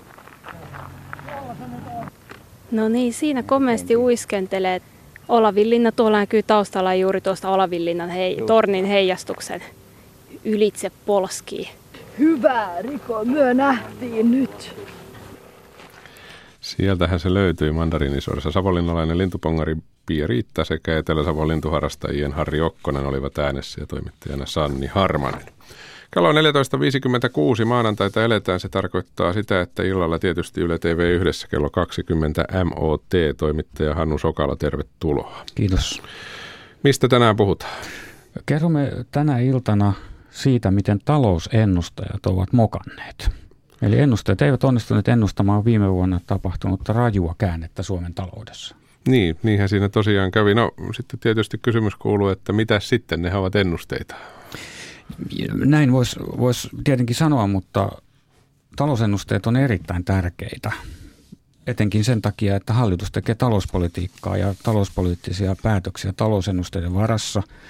No niin, siinä komeasti uiskentelee. Olavinlinna tuolla näkyy taustalla juuri tuosta Olavinlinnan hei, tornin heijastuksen ylitse polskii. Hyvää Riko, myö nähtiin nyt. Sieltähän se löytyi mandariinisorsa. Savonlinnalainen lintupongari Pia Riitta sekä Etelä-Savon lintuharrastajien Harri Okkonen olivat äänessä ja toimittajana Sanni Harmanen. Kello on neljätoista viisikymmentäkuusi, maanantaita eletään. Se tarkoittaa sitä, että illalla tietysti Yle T V yhdessä kello kaksikymmentä M O T, toimittaja Hannu Sokala, tervetuloa. Kiitos. Mistä tänään puhutaan? Kerromme tänä iltana siitä, miten talousennustajat ovat mokanneet. Eli ennusteet eivät onnistuneet ennustamaan viime vuonna tapahtunutta rajua käännettä Suomen taloudessa. Niin, niinhän siinä tosiaan kävi. No sitten tietysti kysymys kuuluu, että mitä sitten, ne ovat ennusteita. Näin voisi vois tietenkin sanoa, mutta talousennusteet on erittäin tärkeitä. Etenkin sen takia, että hallitus tekee talouspolitiikkaa ja talouspoliittisia päätöksiä talousennusteiden varassa.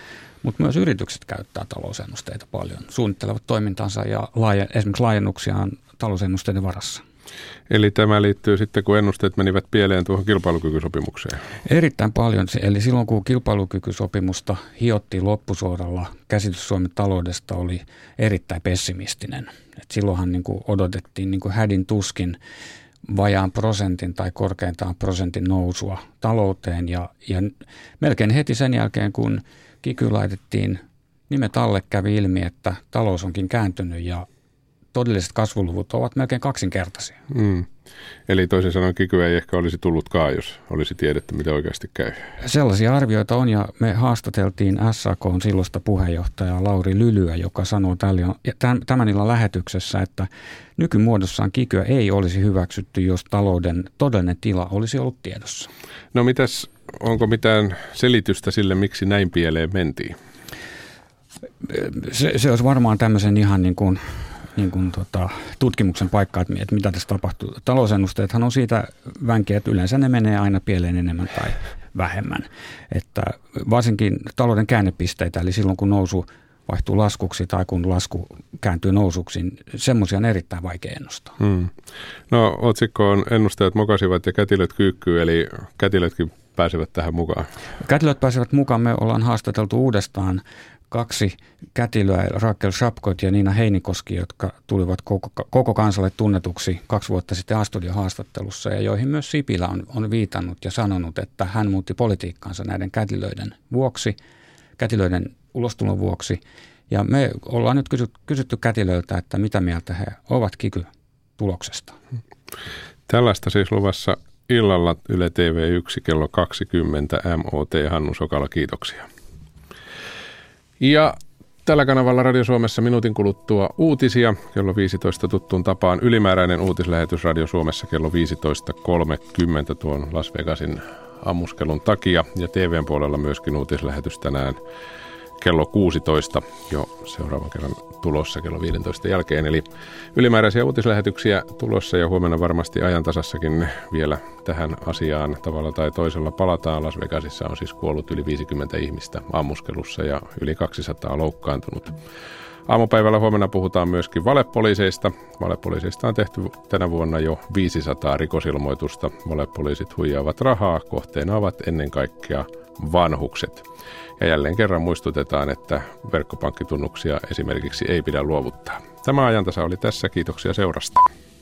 Mutta myös yritykset käyttää talousennusteita paljon, suunnittelevat toimintansa ja laaje, esimerkiksi laajennuksiaan talousennusteiden varassa. Eli tämä liittyy sitten, kun ennusteet menivät pieleen tuohon kilpailukykysopimukseen? Erittäin paljon. Eli silloin, kun kilpailukykysopimusta hiottiin loppusuoralla, käsitys Suomen taloudesta oli erittäin pessimistinen. Et silloinhan niin kuin odotettiin niin kuin hädin tuskin vajaan prosentin tai korkeintaan prosentin nousua talouteen. Ja, ja melkein heti sen jälkeen, kun kiky laitettiin nimet alle, kävi ilmi, että talous onkin kääntynyt ja todelliset kasvuluvut ovat melkein kaksinkertaisia. Mm. Eli toisin sanoen kikyä ei ehkä olisi tullutkaan, jos olisi tiedetty, mitä oikeasti käy. Sellaisia arvioita on, ja me haastateltiin S A K:n silloista puheenjohtajaa Lauri Lylyä, joka sanoi tämän illan lähetyksessä, että nykymuodossaan kikyä ei olisi hyväksytty, jos talouden todellinen tila olisi ollut tiedossa. No mitäs, onko mitään selitystä sille, miksi näin pieleen mentiin? Se, se olisi varmaan tämmöisen ihan niin kuin niin kuin tota, tutkimuksen paikka, että mitä tässä tapahtuu. Talousennusteethan on siitä vänkiä, että yleensä ne menee aina pieleen enemmän tai vähemmän. Että varsinkin talouden käännepisteitä, eli silloin kun nousu vaihtuu laskuksi tai kun lasku kääntyy nousuksi, niin semmoisia on erittäin vaikea ennustaa. Hmm. No otsikko on ennusteet mokasivat ja kätilöt kyykkyy, eli kätilötkin pääsevät tähän mukaan. Kätilöt pääsevät mukaan. Me ollaan haastateltu uudestaan kaksi kätilöä, Rakel Shapkot ja Niina Heinikoski, jotka tulivat koko, koko kansalle tunnetuksi kaksi vuotta sitten A-studion haastattelussa, ja joihin myös Sipilä on, on viitannut ja sanonut, että hän muutti politiikkaansa näiden kätilöiden vuoksi, kätilöiden ulostulon vuoksi. Ja me ollaan nyt kysytty, kysytty kätilöiltä, että mitä mieltä he ovat kiky-tuloksesta. Tällaista siis luvassa illalla Yle T V yksi kello kaksikymmentä. M O T Hannu Sokala, kiitoksia. Ja tällä kanavalla Radio Suomessa minuutin kuluttua uutisia. Kello viisitoista tuttuun tapaan ylimääräinen uutislähetys Radio Suomessa kello viisitoista kolmekymmentä tuon Las Vegasin ammuskelun takia. Ja T V:n puolella myöskin uutislähetys tänään kello kuusitoista jo seuraavan kerran tulossa kello viisitoista jälkeen. Eli ylimääräisiä uutislähetyksiä tulossa ja huomenna varmasti ajantasassakin vielä tähän asiaan tavalla tai toisella palataan. Las Vegasissa on siis kuollut yli viisikymmentä ihmistä ammuskelussa ja yli kaksisataa loukkaantunut. Aamupäivällä huomenna puhutaan myöskin valepoliiseista. Valepoliiseista on tehty tänä vuonna jo viisisataa rikosilmoitusta. Valepoliisit huijaavat rahaa. Kohteena ovat ennen kaikkea vanhukset. Ja jälleen kerran muistutetaan, että verkkopankkitunnuksia esimerkiksi ei pidä luovuttaa. Tämä ajantasa oli tässä. Kiitoksia seurasta.